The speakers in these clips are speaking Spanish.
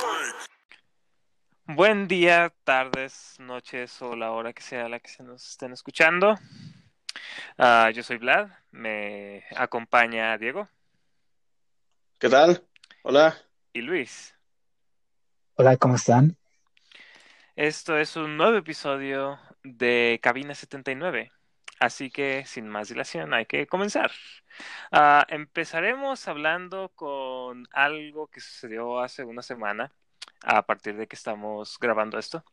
Buen día, tardes, noches o la hora que sea la que se nos estén escuchando. Yo soy Vlad, me acompaña Diego ¿Qué tal? Hola. y Luis. Hola, ¿cómo están? Esto es un nuevo episodio de Cabina 79. Así que, sin más dilación, hay que comenzar. Empezaremos hablando con algo que sucedió hace una semana, a partir de que estamos grabando esto.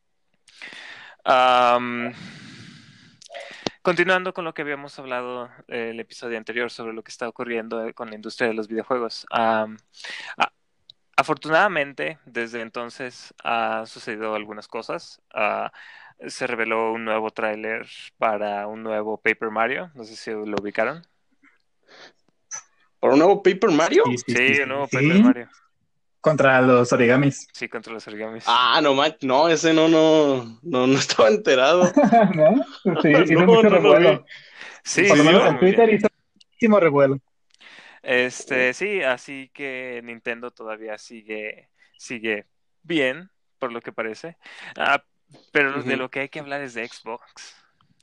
Am, Continuando con lo que habíamos hablado el episodio anterior sobre lo que está ocurriendo con la industria de los videojuegos. A- Afortunadamente, desde entonces ha sucedido algunas cosas. Se reveló un nuevo tráiler para un nuevo Paper Mario. No sé si lo ubicaron. ¿Por un nuevo Paper Mario? Sí, sí, sí, Sí, un sí, nuevo Paper sí. Mario. Contra los origamis. Sí, contra los origamis. Ah, no, no, ese no estaba enterado. ¿No? Sí, No, hizo mucho no lo vi. revuelo. ¿En Sí, Por lo sí, menos fue serio? en muy bien. Twitter hizo muchísimo revuelo. Sí, así que Nintendo todavía sigue bien, por lo que parece. Ah, pero de Ujú. lo que hay que hablar es de Xbox.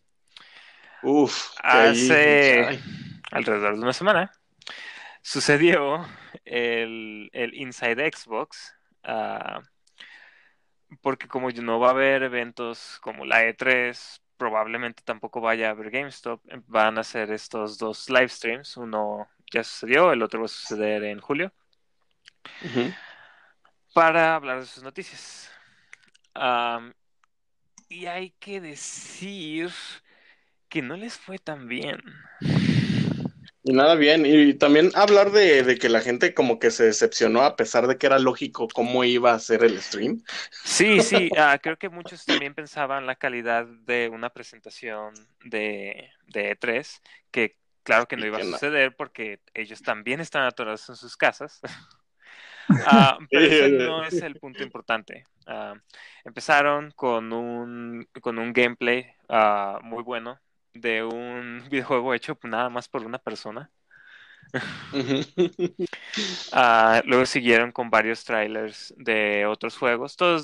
Uf, que ahí, Hace caray. alrededor de una semana sucedió el Inside Xbox, ah, porque como no va a haber eventos como la E3, probablemente tampoco vaya a haber GameStop, van a hacer estos dos live streams, uno ya sucedió, el otro va a suceder en julio, Ujú. para hablar de sus noticias. Am, y hay que decir que no les fue tan bien. Y nada bien. Y también hablar de que la gente como que se decepcionó a pesar de que era lógico cómo iba a ser el stream. Sí, sí, creo que muchos también pensaban la calidad de una presentación de E3, que claro que no Y iba a que no. suceder porque ellos también están atorados en sus casas. Pero ese no es el punto importante. Empezaron con un gameplay muy bueno de un videojuego hecho nada más por una persona. Ujú. Luego siguieron con varios trailers de otros juegos, todos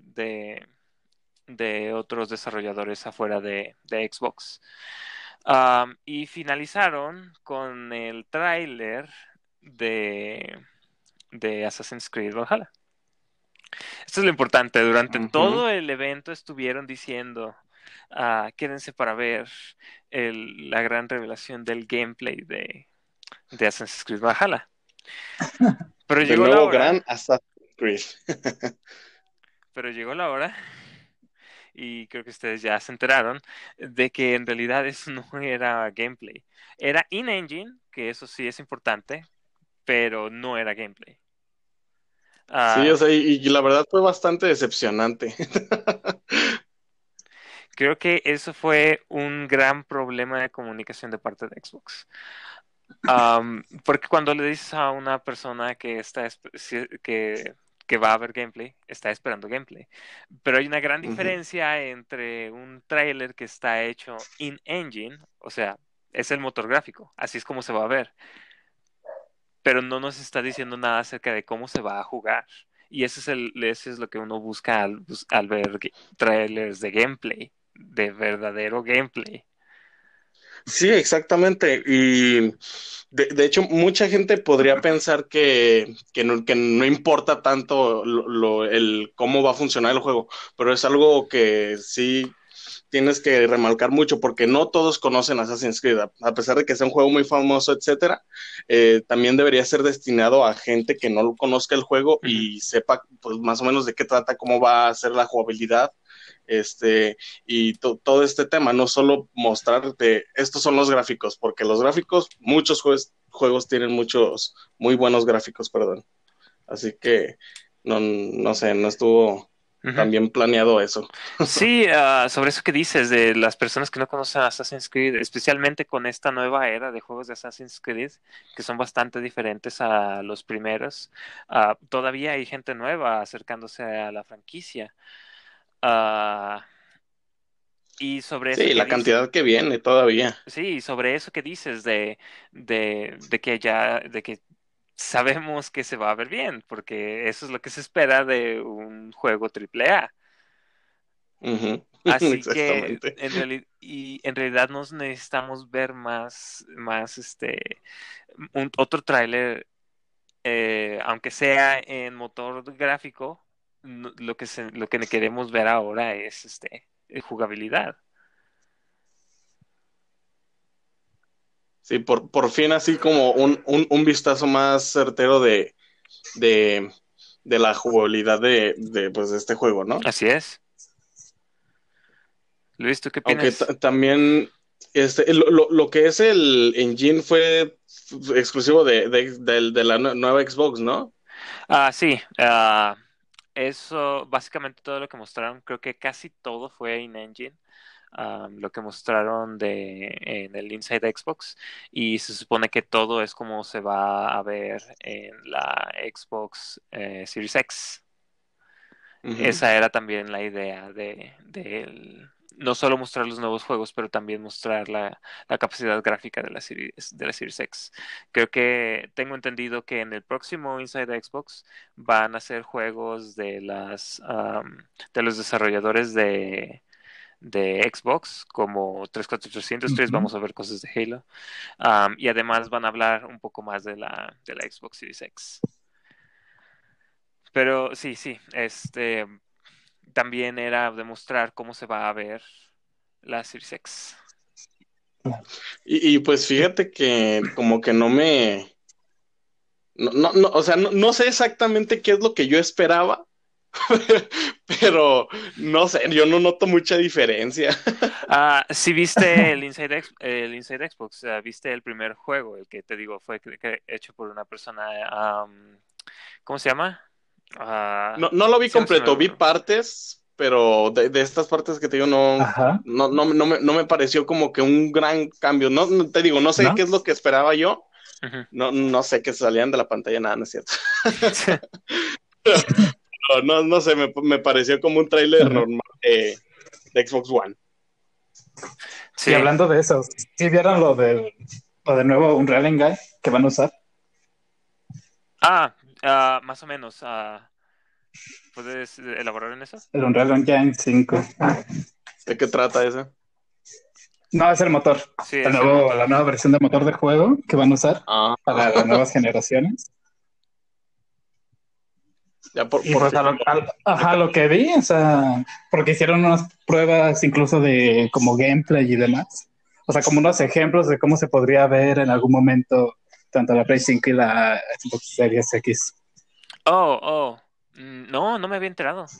de otros desarrolladores afuera de Xbox. Y finalizaron con el tráiler de, de Assassin's Creed Valhalla. Esto es lo importante. Durante Ujú. todo el evento estuvieron diciendo, quédense para ver la gran revelación del gameplay de Assassin's Creed Valhalla. Pero Del llegó la nuevo hora, gran Assassin's Creed. pero llegó la hora, y creo que ustedes ya se enteraron, de que en realidad eso no era gameplay. Era in-engine, que eso sí es importante, pero no era gameplay. Sí, o Ah, sea, y la verdad fue bastante decepcionante. Creo que eso fue un gran problema de comunicación de parte de Xbox. Porque cuando le dices a una persona que va a ver gameplay, está esperando gameplay. Pero hay una gran Ujú. diferencia entre un trailer que está hecho in-engine, o sea, es el motor gráfico, así es como se va a ver, pero no nos está diciendo nada acerca de cómo se va a jugar. Y eso es lo que uno busca al ver trailers de gameplay, de verdadero gameplay. Sí, exactamente. Y de hecho, mucha gente podría pensar que no importa tanto el cómo va a funcionar el juego, pero es algo que sí tienes que remarcar mucho porque no todos conocen Assassin's Creed, a pesar de que sea un juego muy famoso, etcétera, también debería ser destinado a gente que no conozca el juego Ujú. y sepa pues, más o menos de qué trata, cómo va a ser la jugabilidad, y todo este tema, no solo mostrarte estos son los gráficos, porque los gráficos, muchos juegos tienen muchos muy buenos gráficos, perdón. Así que no sé, no estuvo Ujú. tan bien planeado eso. Sí, sobre eso que dices de las personas que no conocen Assassin's Creed, especialmente con esta nueva era de juegos de Assassin's Creed, que son bastante diferentes a los primeros, todavía hay gente nueva acercándose a la franquicia. Ah, y sobre eso Sí, que la dices, cantidad que viene todavía. sí, sobre eso que dices de que ya, de que sabemos que se va a ver bien, porque eso es lo que se espera de un juego AAA. Ujú. Así que Exactamente. en realidad nos necesitamos ver más otro tráiler, aunque sea en motor gráfico, lo que queremos ver ahora es jugabilidad. Sí, por fin así como un vistazo más certero de, de la jugabilidad pues, de este juego, ¿no? Así es. Luis, ¿tú qué Aunque opinas? también lo que es el engine fue exclusivo de la nueva Xbox, ¿no? Sí, eso, básicamente todo lo que mostraron, creo que casi todo fue in-engine. Lo que mostraron en el Inside Xbox, y se supone que todo es como se va a ver en la Xbox Series X. Ujú. Esa era también la idea no solo mostrar los nuevos juegos, pero también mostrar la capacidad gráfica de la Series X. Creo que tengo entendido que en el próximo Inside Xbox van a ser juegos de los desarrolladores de Xbox, como 34303, Ujú. vamos a ver cosas de Halo. Y además van a hablar un poco más de la Xbox Series X. Pero sí, sí, también era demostrar cómo se va a ver la Series X. Y pues fíjate que como que o sea, no sé exactamente qué es lo que yo esperaba, pero no sé, yo no noto mucha diferencia. Si viste el Inside Xbox, viste el primer juego, el que te digo fue hecho por una persona, ¿cómo se llama? No lo vi Siempre se completo, vi me... partes, pero de estas partes que te digo Ajá, no me pareció como que un gran cambio. Te digo, no sé ¿no? qué es lo que esperaba yo. Ujú. No sé que salían de la pantalla, nada, no es cierto. No sé, me pareció como un tráiler Ujú. normal de Xbox One. Y Sí. hablando de eso, ¿sí vieron lo de nuevo Unreal Engine que van a usar? Más o menos. ¿Puedes elaborar en eso? El Unreal Engine 5. ¿De qué trata ese? No, es el motor. Sí, es el La motor. nueva versión de motor de juego que van a usar Ah, para las nuevas generaciones. ya Y pues ajá, lo que vi, o sea, porque hicieron unas pruebas incluso de como gameplay y demás. O sea, como unos ejemplos de cómo se podría ver en algún momento tanto la Play 5 y la Xbox Series X. Oh. No, no me había enterado.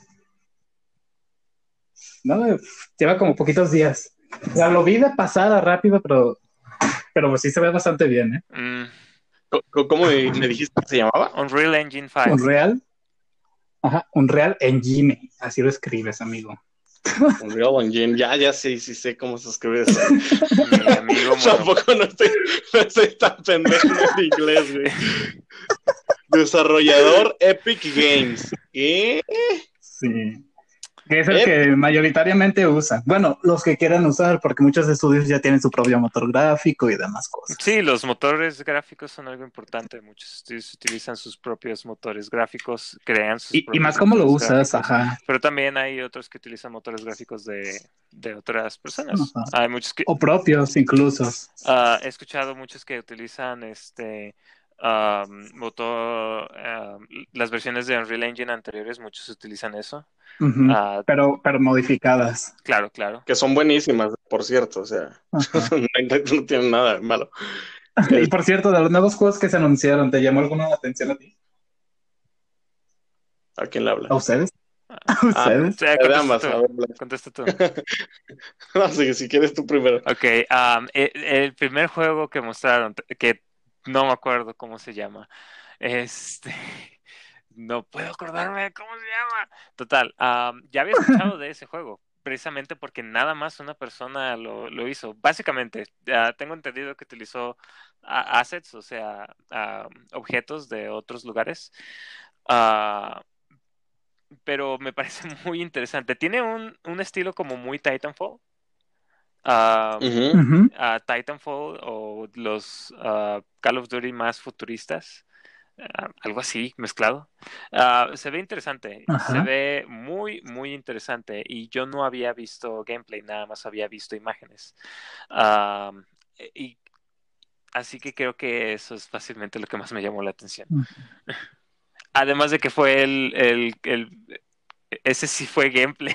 ¿No? Lleva como poquitos días. O sea, lo vi de pasada rápido, pero pues sí se ve bastante bien, ¿eh? Mm, ¿Cómo me dijiste que se llamaba? Unreal Engine 5. Unreal, ajá, Unreal Engine, así lo escribes, amigo. Unreal Engine, ya sí sé cómo se escribe eso. Mi amigo Tampoco no estoy tan pendejo en el inglés, güey. Desarrollador Epic Games. ¿Qué? Sí. Que es el que Epic. mayoritariamente usan. Bueno, los que quieran usar, porque muchos estudios ya tienen su propio motor gráfico y demás cosas. Sí, los motores gráficos son algo importante. Muchos estudios utilizan sus propios motores gráficos, crean sus Y más propios cómo lo motores usas, gráficos, ajá. pero también hay otros que utilizan motores gráficos de otras personas. Ajá. Hay muchos que O propios incluso. he escuchado muchos que utilizan motor, las versiones de Unreal Engine anteriores, muchos utilizan eso. Ujú. Ah, Pero modificadas. claro, claro. Que son buenísimas, por cierto, o sea, Ajá. no tienen nada de malo. Y Es, por cierto, de los nuevos juegos que se anunciaron, ¿te llamó alguna atención a ti? ¿A quién le ¿A hablas? ustedes? ¿A Ah, ustedes? de Contesta ambas, tú, a ver, Blas. contesta tú. No, si quieres tú primero. Ok, el primer juego que mostraron, que no me acuerdo cómo se llama, este, no puedo acordarme de cómo se llama. Total, ya había escuchado de ese juego, precisamente porque nada más una persona lo hizo. Básicamente, tengo entendido que utilizó assets, o sea, objetos de otros lugares, ah, pero me parece muy interesante. Tiene un estilo como muy Titanfall. Ujú. Ujú. A Titanfall o los Call of Duty más futuristas. algo así mezclado. Se ve interesante, se Ajá. ve muy, muy interesante y yo no había visto gameplay, nada más había visto imágenes. Ah, y así que creo que eso es fácilmente lo que más me llamó la atención. Además de que fue ese sí fue gameplay.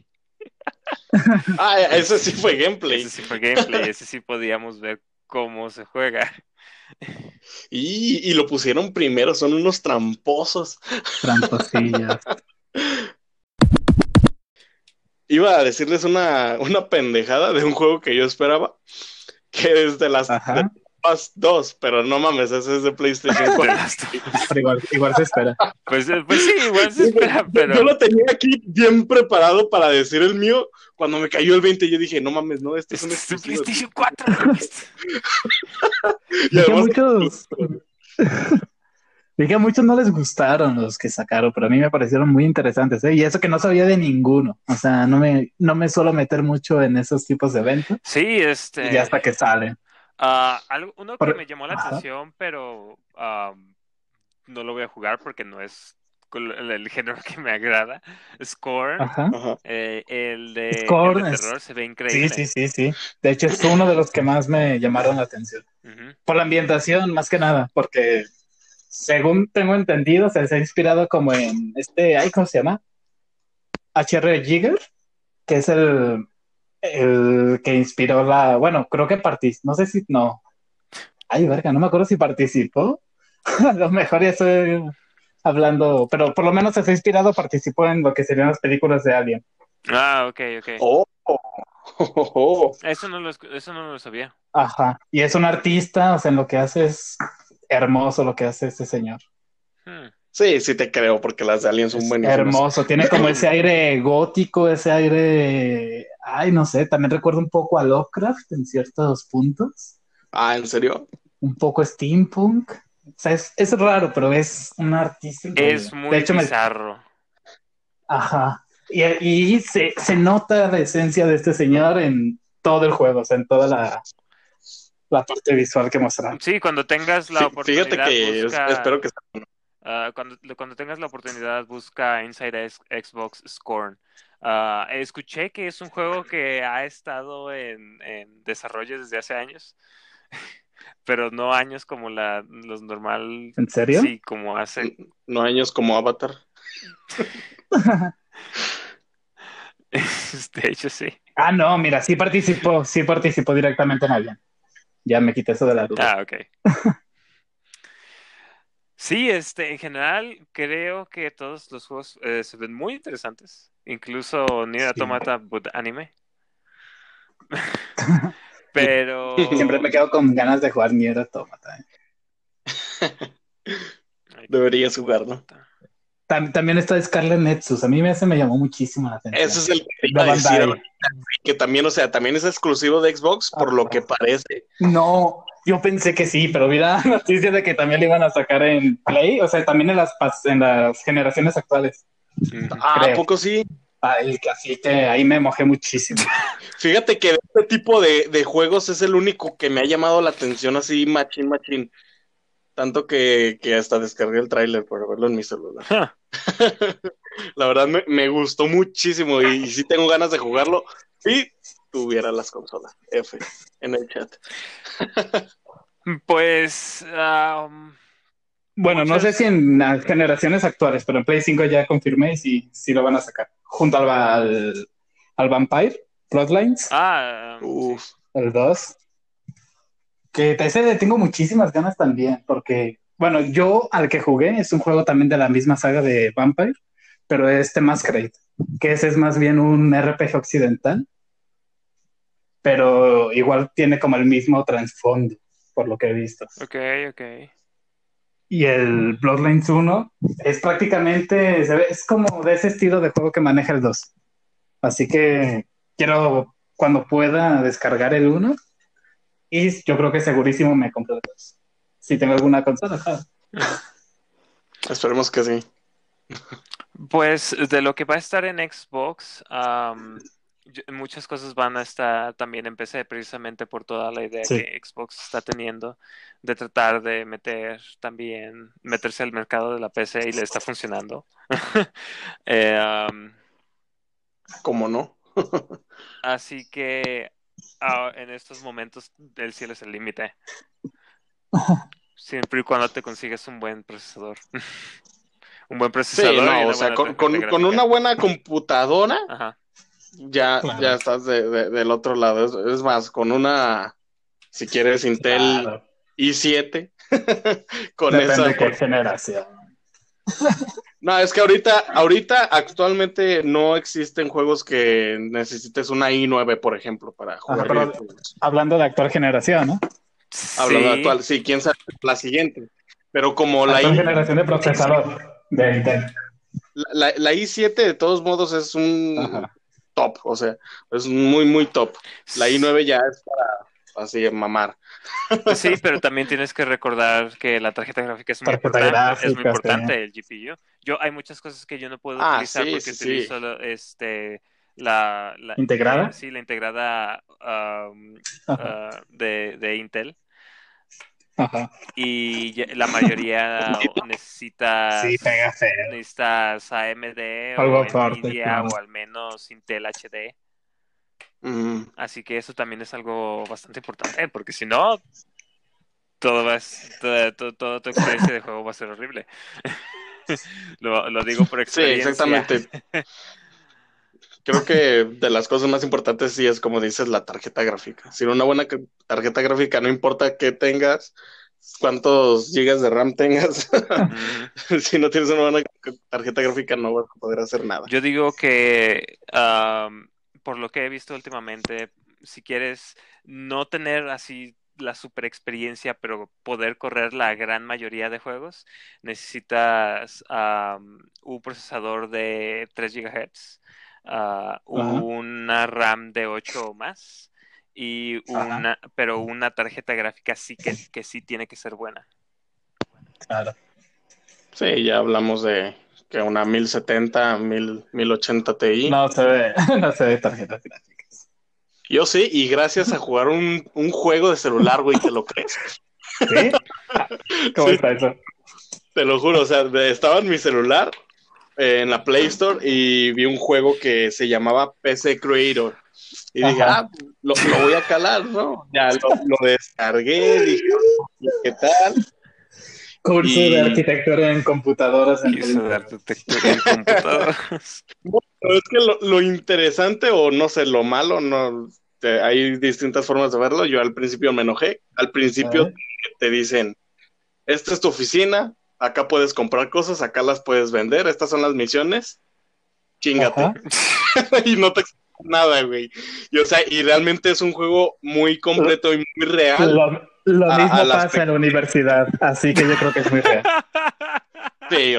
Ah, ese sí fue Ese gameplay. sí fue gameplay, ese sí podíamos ver cómo se juega. Y lo pusieron primero, son unos tramposos. Tramposillas. Iba a decirles una pendejada de un juego que yo esperaba, que es de Ajá. Us 2, pero no mames, ese es de PlayStation De 4. las dos. Pero igual se espera. Pues sí, igual se espera, Yo pero lo tenía aquí bien preparado para decir el mío. Cuando me cayó el 20, yo dije, no mames, no, este es un este es de exclusivo de PlayStation 4. Y Vi que a además, muchos, vi que a muchos no les gustaron los que sacaron, pero a mí me parecieron muy interesantes, ¿eh? Y eso que no sabía de ninguno. O sea, no me suelo meter mucho en esos tipos de eventos Sí, y ya hasta que salen. uno que Por- me llamó la Ajá. atención, pero no lo voy a jugar porque no es el género que me agrada. Scorn, Ajá. ajá. el de Scorn terror se ve sí, increíble. sí, sí, sí. De hecho, es uno de los que más me llamaron la atención. Ujú. Por la ambientación, más que nada, porque según tengo entendido, se ha inspirado como en ay, ¿cómo se llama? H.R. Giger, que es el que inspiró bueno, creo que participó, no sé si, no, ay, verga, no me acuerdo si participó, a lo mejor ya estoy hablando, pero por lo menos se ha inspirado, participó en lo que serían las películas de Alien. Ok, ok. Oh, oh, oh, oh. Eso no lo sabía. Ajá, y es un artista, o sea, en lo que hace es hermoso lo que hace este señor. Hmm. Sí, sí te creo, porque las de Alien son Es buenísimas. hermoso, tiene como ese aire gótico, ese aire, ay, no sé, también recuerdo un poco a Lovecraft en ciertos puntos, Ah, ¿en serio? un poco steampunk. O sea, es raro, pero es un artista Es increíble. De muy hecho, bizarro. ajá, y se nota la esencia de este señor en todo el juego, o sea, en toda la parte visual que mostraron. Sí, cuando tengas la Fíjate oportunidad, que busca. espero que... Cuando tengas la oportunidad, busca Inside Xbox Scorn. Escuché que es un juego que ha estado en desarrollo desde hace años, pero no años como los normal, ¿En serio? sí, como hace. No años como Avatar. De hecho, sí. Ah, no, mira, sí participó directamente en Alien. Ya me quité eso de la duda. Ok. Sí, en general creo que todos los juegos se ven muy interesantes. Incluso Nier Sí. Automata but anime. Siempre Pero me quedo con ganas de jugar Nier Automata. ay, Deberías jugarlo. Automata. También está Scarlet Nexus. A mí ese me llamó muchísimo la atención. Ese es el que iba De a decir Bandai. ahorita, que también, o sea, también es exclusivo de Xbox por lo que parece. No, yo pensé que sí, pero vi la noticia de que también lo iban a sacar en Play, o sea, también en las generaciones actuales, Ujú. Ah, ¿a creo. poco sí? Así que ahí me mojé muchísimo. Fíjate que de este tipo de juegos es el único que me ha llamado la atención así, machín, machín. Tanto que hasta descargué el tráiler para verlo en mi celular. Huh. La verdad me gustó muchísimo y sí tengo ganas de jugarlo si tuviera las consolas. F en el chat. Pues Bueno, no sé si muchas. en las generaciones actuales, pero en Play 5 ya confirmé y sí lo van a sacar. Junto al Vampire, Bloodlines, Sí. Uf. el 2. Que ese le tengo muchísimas ganas también, porque, bueno, yo al que jugué es un juego también de la misma saga de Vampire, pero es The Masquerade, que ese es más bien un RPG occidental, pero igual tiene como el mismo trasfondo, por lo que he visto. Ok, ok. Y el Bloodlines 1 es prácticamente, es como de ese estilo de juego que maneja el 2. Así que quiero, cuando pueda, descargar el 1 y yo creo que segurísimo me compro el 2. Si tengo alguna consola, claro. Esperemos que sí. Pues de lo que va a estar en Xbox, muchas cosas van a estar también en PC, precisamente por toda la idea Sí, que Xbox está teniendo de tratar de meterse al mercado de la PC y le está funcionando. Eh, um, ¿Cómo no? Así que en estos momentos el cielo es el límite, siempre y cuando te consigues un buen procesador. Un buen Sí, procesador y no, o una sea, buena tarjeta con una gráfica. buena computadora Ajá. ya claro, estás del otro lado. Es más, con una, si quieres, Intel claro. i7, con esa. Depende qué generación. No, es que ahorita actualmente no existen juegos que necesites una i9, por ejemplo, para Ajá, jugar pero videojuegos. hablando de actual generación, ¿no? Hablando de Sí, actual, sí, quién sabe la siguiente. Pero como Actual generación de procesador de Intel. la i7 de todos modos es un Ajá. top, o sea, es muy, muy top. La s- i9 ya es para así mamar. sí, pero también tienes que recordar que la tarjeta gráfica Tarjeta es muy gráfica, sí. importante el GPU. Hay muchas cosas que yo no puedo Ah, utilizar sí, porque sí, sí. utilizo ¿Integrada? sí, la integrada Ajá. de Intel. Ajá. Y la mayoría Sí, pega feo. necesitas AMD o Algo fuerte, Nvidia claro. o al menos Intel HD. Mm, Así que eso también es algo bastante importante, porque si no, toda tu experiencia de juego va a ser horrible. Lo digo por sí, experiencia. exactamente. Creo que de las cosas más importantes sí es como dices la tarjeta gráfica. Sin una buena tarjeta gráfica, no importa qué tengas, cuántos gigas de RAM tengas, Ujú. si no tienes una buena tarjeta gráfica no vas a poder hacer nada. Yo digo que, por lo que he visto últimamente, si quieres no tener así la super experiencia, pero poder correr la gran mayoría de juegos, necesitas un procesador de 3 GHz, Ajá. una RAM de 8 o más, Ajá. pero una tarjeta gráfica sí que sí tiene que ser buena. Claro. Sí, ya hablamos de que una 1070, 1080 Ti. No se ve, no se ve tarjetas gráficas. Yo sí, y gracias a jugar un juego de celular, güey, ¿te lo crees? ¿Sí? Ah, ¿cómo Sí, está eso? te lo juro, o sea, estaba en mi celular, en la Play Store, y vi un juego que se llamaba PC Creator. Y dije, Ajá. lo voy a calar, ¿no? Ya lo descargué, dije, ¿qué tal? Curso de Y arquitectura en computadoras en Quiso Play. dar arquitectura en computadoras. pero es que lo interesante, o no sé, lo malo, no, hay distintas formas de verlo. Yo al principio me enojé. Al principio ¿Eh? te dicen, esta es tu oficina, acá puedes comprar cosas, acá las puedes vender, estas son las misiones, chingate. Ajá. Y no te explican nada, güey. Y, o sea, y realmente es un juego muy completo y muy real Lo al mismo pasa en aspecto. la universidad, así que yo creo que es muy real. Sí,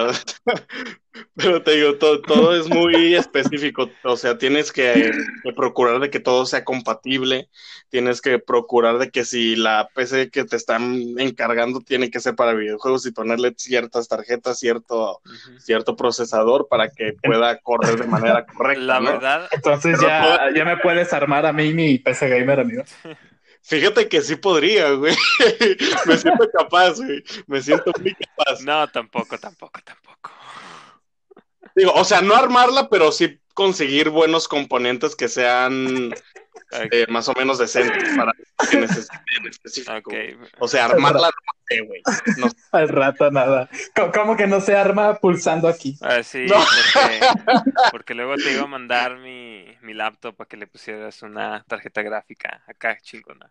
pero te digo, todo es muy específico, o sea, tienes que procurar de que todo sea compatible, tienes que procurar de que si la PC que te están encargando tiene que ser para videojuegos y ponerle ciertas tarjetas, Ujú. cierto procesador para que pueda correr de manera correcta, La ¿no? verdad, Entonces Pero ya me puedes armar a mí mi PC gamer, amigo. fíjate que sí podría, güey. Me siento capaz, güey. Me siento muy capaz. no, tampoco, tampoco, tampoco. Digo, o sea, no armarla, pero sí conseguir buenos componentes que sean Ok, más o menos decentes para lo que necesite en ok. específico, güey. O sea, Al, armarla no sé, güey. No, al rato nada. ¿Cómo que no se arma pulsando aquí? no. Sí, porque luego te iba a mandar mi laptop para que le pusieras una tarjeta gráfica acá chingona.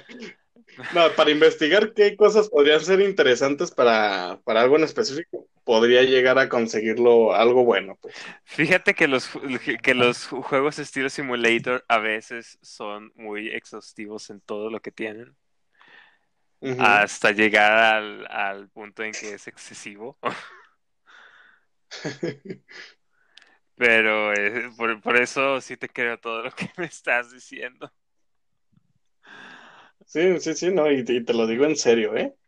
No, para investigar qué cosas podrían ser interesantes para algo en específico, podría llegar a conseguirlo algo bueno, pues. Fíjate que los juegos estilo simulator a veces son muy exhaustivos en todo lo que tienen, Ujú. hasta llegar al punto en que es excesivo. Pero por eso sí te creo todo lo que me estás diciendo. Sí, sí, sí, no, y te lo digo en serio, ¿eh?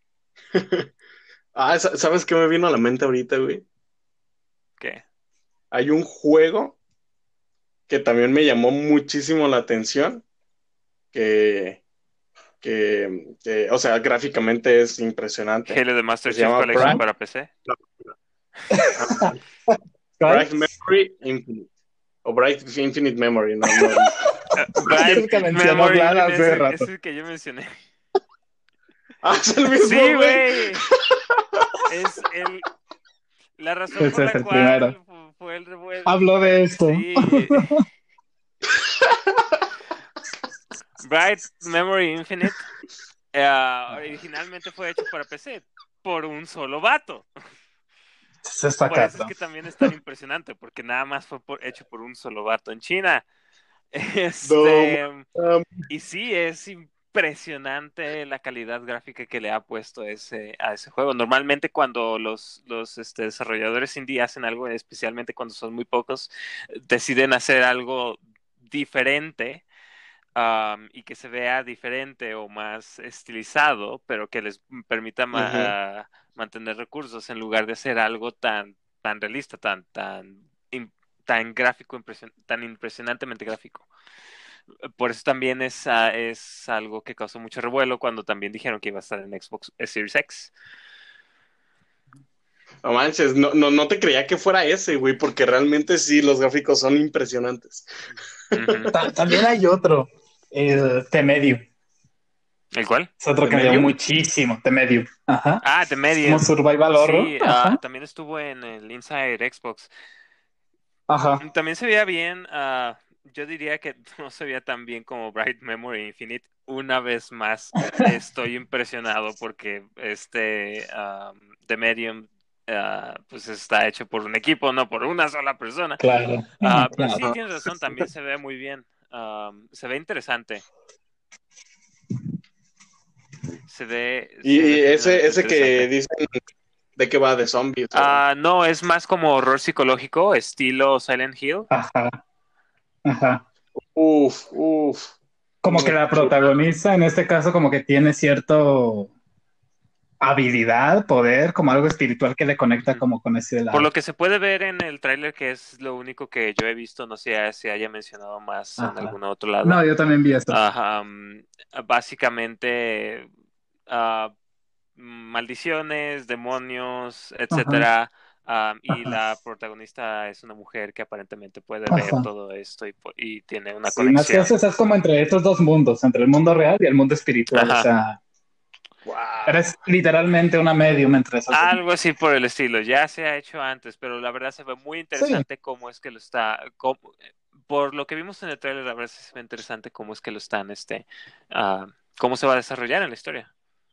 ¿Sabes qué me vino a la mente ahorita, güey? ¿Qué? Hay un juego que también me llamó muchísimo la atención, que, o sea, gráficamente es impresionante, Halo de que Master se Chief llama Collection ¿Cuál? para PC. ¿Cuál? Bright Memory Infinite. O Bright Infinite Memory, no, no. Bright Es el que mencionó Memory Vlad Infinite hace es rato. el que yo mencioné. Ah, es el mismo, Sí, güey. güey. Es la razón por Ese es la el primero. cual fue el revuelo. Hablo de esto. Sí. Bright Memory Infinite originalmente fue hecho para PC por un solo vato. Se está Por eso es cabrón. que también es tan impresionante, porque nada más fue hecho por un solo vato en China. No, Este, um, y sí, es impresionante la calidad gráfica que le ha puesto a ese juego. Normalmente cuando los desarrolladores indie hacen algo, especialmente cuando son muy pocos, deciden hacer algo diferente, y que se vea diferente o más estilizado, pero que les permita ujú. mantener recursos en lugar de hacer algo tan realista, tan gráfico, tan impresionantemente gráfico. Por eso también es algo que causó mucho revuelo cuando también dijeron que iba a estar en Xbox Series X. No manches, no, no, no te creía que fuera ese, güey, porque realmente sí, los gráficos son impresionantes. Ujú. También hay otro, el The Medium. ¿El cuál? Es otro ¿De que me llamó Medium? muchísimo, The Medium. Ajá. Ah, The Es como Medium. survival horror. Sí, Ajá. también estuvo en el Inside Xbox. Ajá. También se veía bien. Yo diría que no se veía tan bien como Bright Memory Infinite. Una vez más, estoy impresionado porque The Medium pues está hecho por un equipo, no por una sola persona. Claro. No, Pero sí, claro. Ajá. tienes razón, también se ve muy bien. Se ve interesante. Se ve Y genuinamente ese que interesante. dicen de qué va, de zombies, o... No, es más como horror psicológico, estilo Silent Hill. Ajá. Ajá. Uf, uf, Como que uf, la chula. protagonista en este caso como que tiene cierto habilidad, poder, como algo espiritual que le conecta Ujú. como con ese Por lado. lo que se puede ver en el tráiler, que es lo único que yo he visto, no sé si haya mencionado más en Ajá. algún otro lado. No, yo también vi esto. Ajá, básicamente, ah, maldiciones, demonios, Ajá. etcétera. Y Ajá. la protagonista es una mujer que aparentemente puede ver Ajá. todo esto y tiene una Sí, más que conexión. eso, estás como entre estos dos mundos, entre el mundo real y el mundo espiritual. O Ajá. sea, Wow. eres literalmente una medium entre esos dos Algo así mundos. por el estilo, ya se ha hecho antes, pero la verdad se ve muy Sí. interesante cómo es que lo está, por lo que vimos en el trailer, la verdad se ve interesante cómo es que lo están, ah, cómo se va a desarrollar en la historia.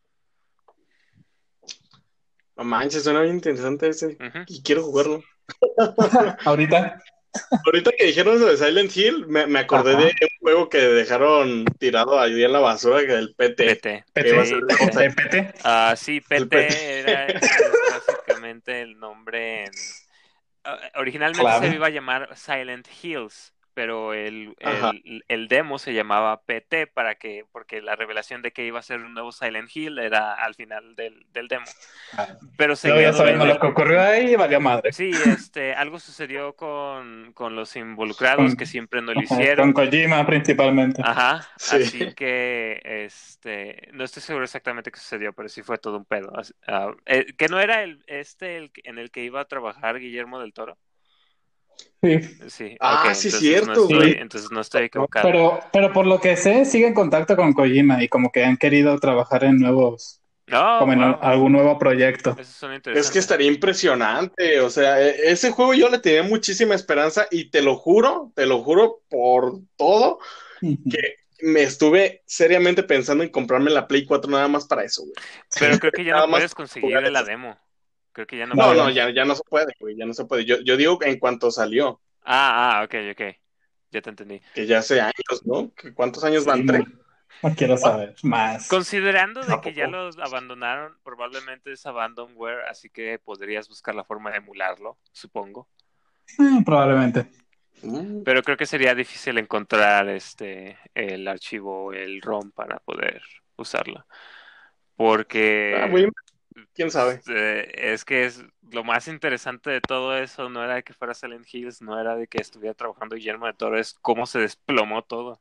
No manches, suena bien interesante ese. Ujú. Y quiero jugarlo. Ahorita. Ahorita que dijeron eso de Silent Hill, me acordé de Ajá. un juego que dejaron tirado ahí en la basura, que el PT, PT, que iba a PT. ser sí, el nuevo PT. PT. Sí, El PT. PT es básicamente el nombre originalmente se Clave. iba a llamar Silent Hills, pero Ajá. el demo se llamaba PT porque la revelación de que iba a ser un nuevo Silent Hill era al final del demo. Ah. Pero Luego ya seguido en sabemos lo el... que ocurrió ahí y valió madre. Sí, algo sucedió con los involucrados Con, que siempre no lo ajá, con hicieron. Kojima principalmente. Ajá, Sí. así que no estoy seguro exactamente qué sucedió, pero sí fue todo un pedo. Que no era en el que iba a trabajar Guillermo del Toro. Sí. Sí, ok, Ah, sí, cierto, güey. entonces no estoy No, equivocado. Pero por lo que sé, sigue en contacto con Kojima y como que han querido trabajar en nuevos, Oh, como en wow, algún nuevo proyecto. eso suena es que interesante. estaría impresionante. O sea, ese juego yo le tenía muchísima esperanza y te lo juro por todo, que Ujú. me estuve seriamente pensando en comprarme la Play 4 nada más para eso, güey. Pero creo que ya no Nada más puedes para jugar conseguir la eso. demo. Creo que ya no No, No, ya no, no. ya no se puede, güey, ya no se puede. Yo digo en cuanto salió, Ok, ok. Ya te entendí. que ya hace años, ¿no? ¿Cuántos años Sí, van? no, ¿Tres? no quiero ¿Cuatro? saber más. Considerando de ¿A que ya poco? los abandonaron, probablemente es abandonware, así que podrías buscar la forma de emularlo, supongo. Probablemente. Mm. Pero creo que sería difícil encontrar el archivo, el ROM para poder usarlo. Ah, Porque güey. ¿Quién sabe? Es que es lo más interesante de todo eso no era de que fuera Silent Hills, no era de que estuviera trabajando Guillermo del Toro, es cómo se desplomó todo.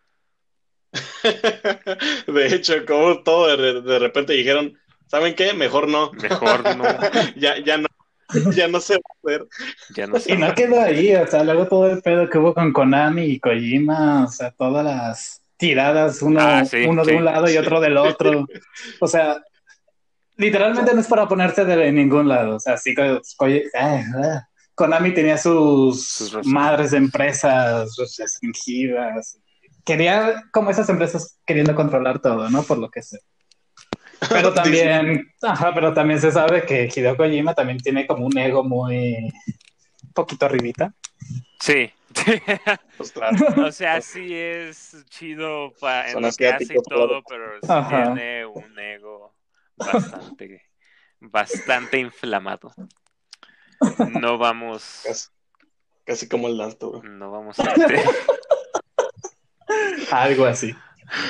De hecho, como todo de repente dijeron, ¿saben qué? Mejor no. Mejor no, Ya no, ya no se va a hacer. ya no se Y no va. quedó ahí, o sea, luego todo el pedo que hubo con Konami y Kojima, o sea, todas las tiradas, Ah, uno, sí, uno de sí. un lado y otro del otro. O sea, literalmente no es para ponerte de ningún lado. O sea, sí, Konami tenía Sus sus razones. madres de empresas restringidas. Quería, como esas empresas queriendo controlar todo, ¿no? Por lo que sé. Pero Disney, también se sabe que Hideo Kojima también tiene como un ego muy poquito arribita. Sí. pues claro, O sea, sí es chido en son lo que hace y asiáticos. todo, pero sí Ajá. tiene un ego bastante, bastante inflamado. No vamos, Casi, casi como el alto, güey. no vamos al tema. Algo así.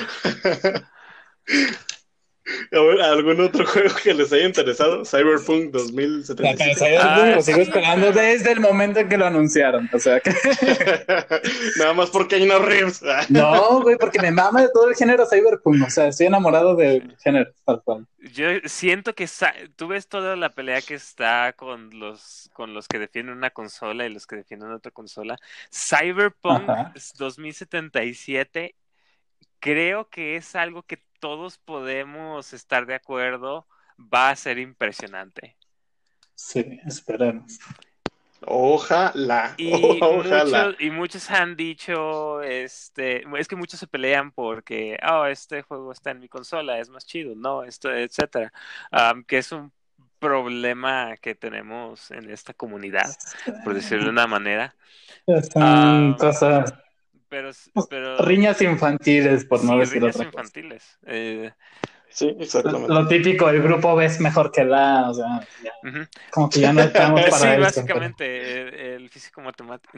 A ver, ¿algún otro juego que les haya interesado? Cyberpunk Pero 2077. Cyberpunk Ah, lo sigo sí, esperando pero desde el momento en que lo anunciaron. O sea que Nada más porque hay no Reeves. no, güey, porque me mama de todo el género Cyberpunk. O sea, estoy enamorado sí. del género, tal cual. Yo siento que tú ves toda la pelea que está con los que defienden una consola y los que defienden otra consola. Cyberpunk Ajá. 2077 creo que es algo que todos podemos estar de acuerdo, va a ser impresionante. Sí, esperemos. Ojalá, Y ojalá. muchos han dicho, es que muchos se pelean porque, este juego está en mi consola, es más chido, no, esto, etcétera. Que es un problema que tenemos en esta comunidad, por decirlo de una manera. Son Am, cosas, pero, pero riñas infantiles, por no sí, decir riñas otra cosa. infantiles. Sí, exactamente. Lo típico, el grupo B es mejor que la, o sea, ya, Ujú. como que ya no estamos Sí, para eso. básicamente, el físico matemático.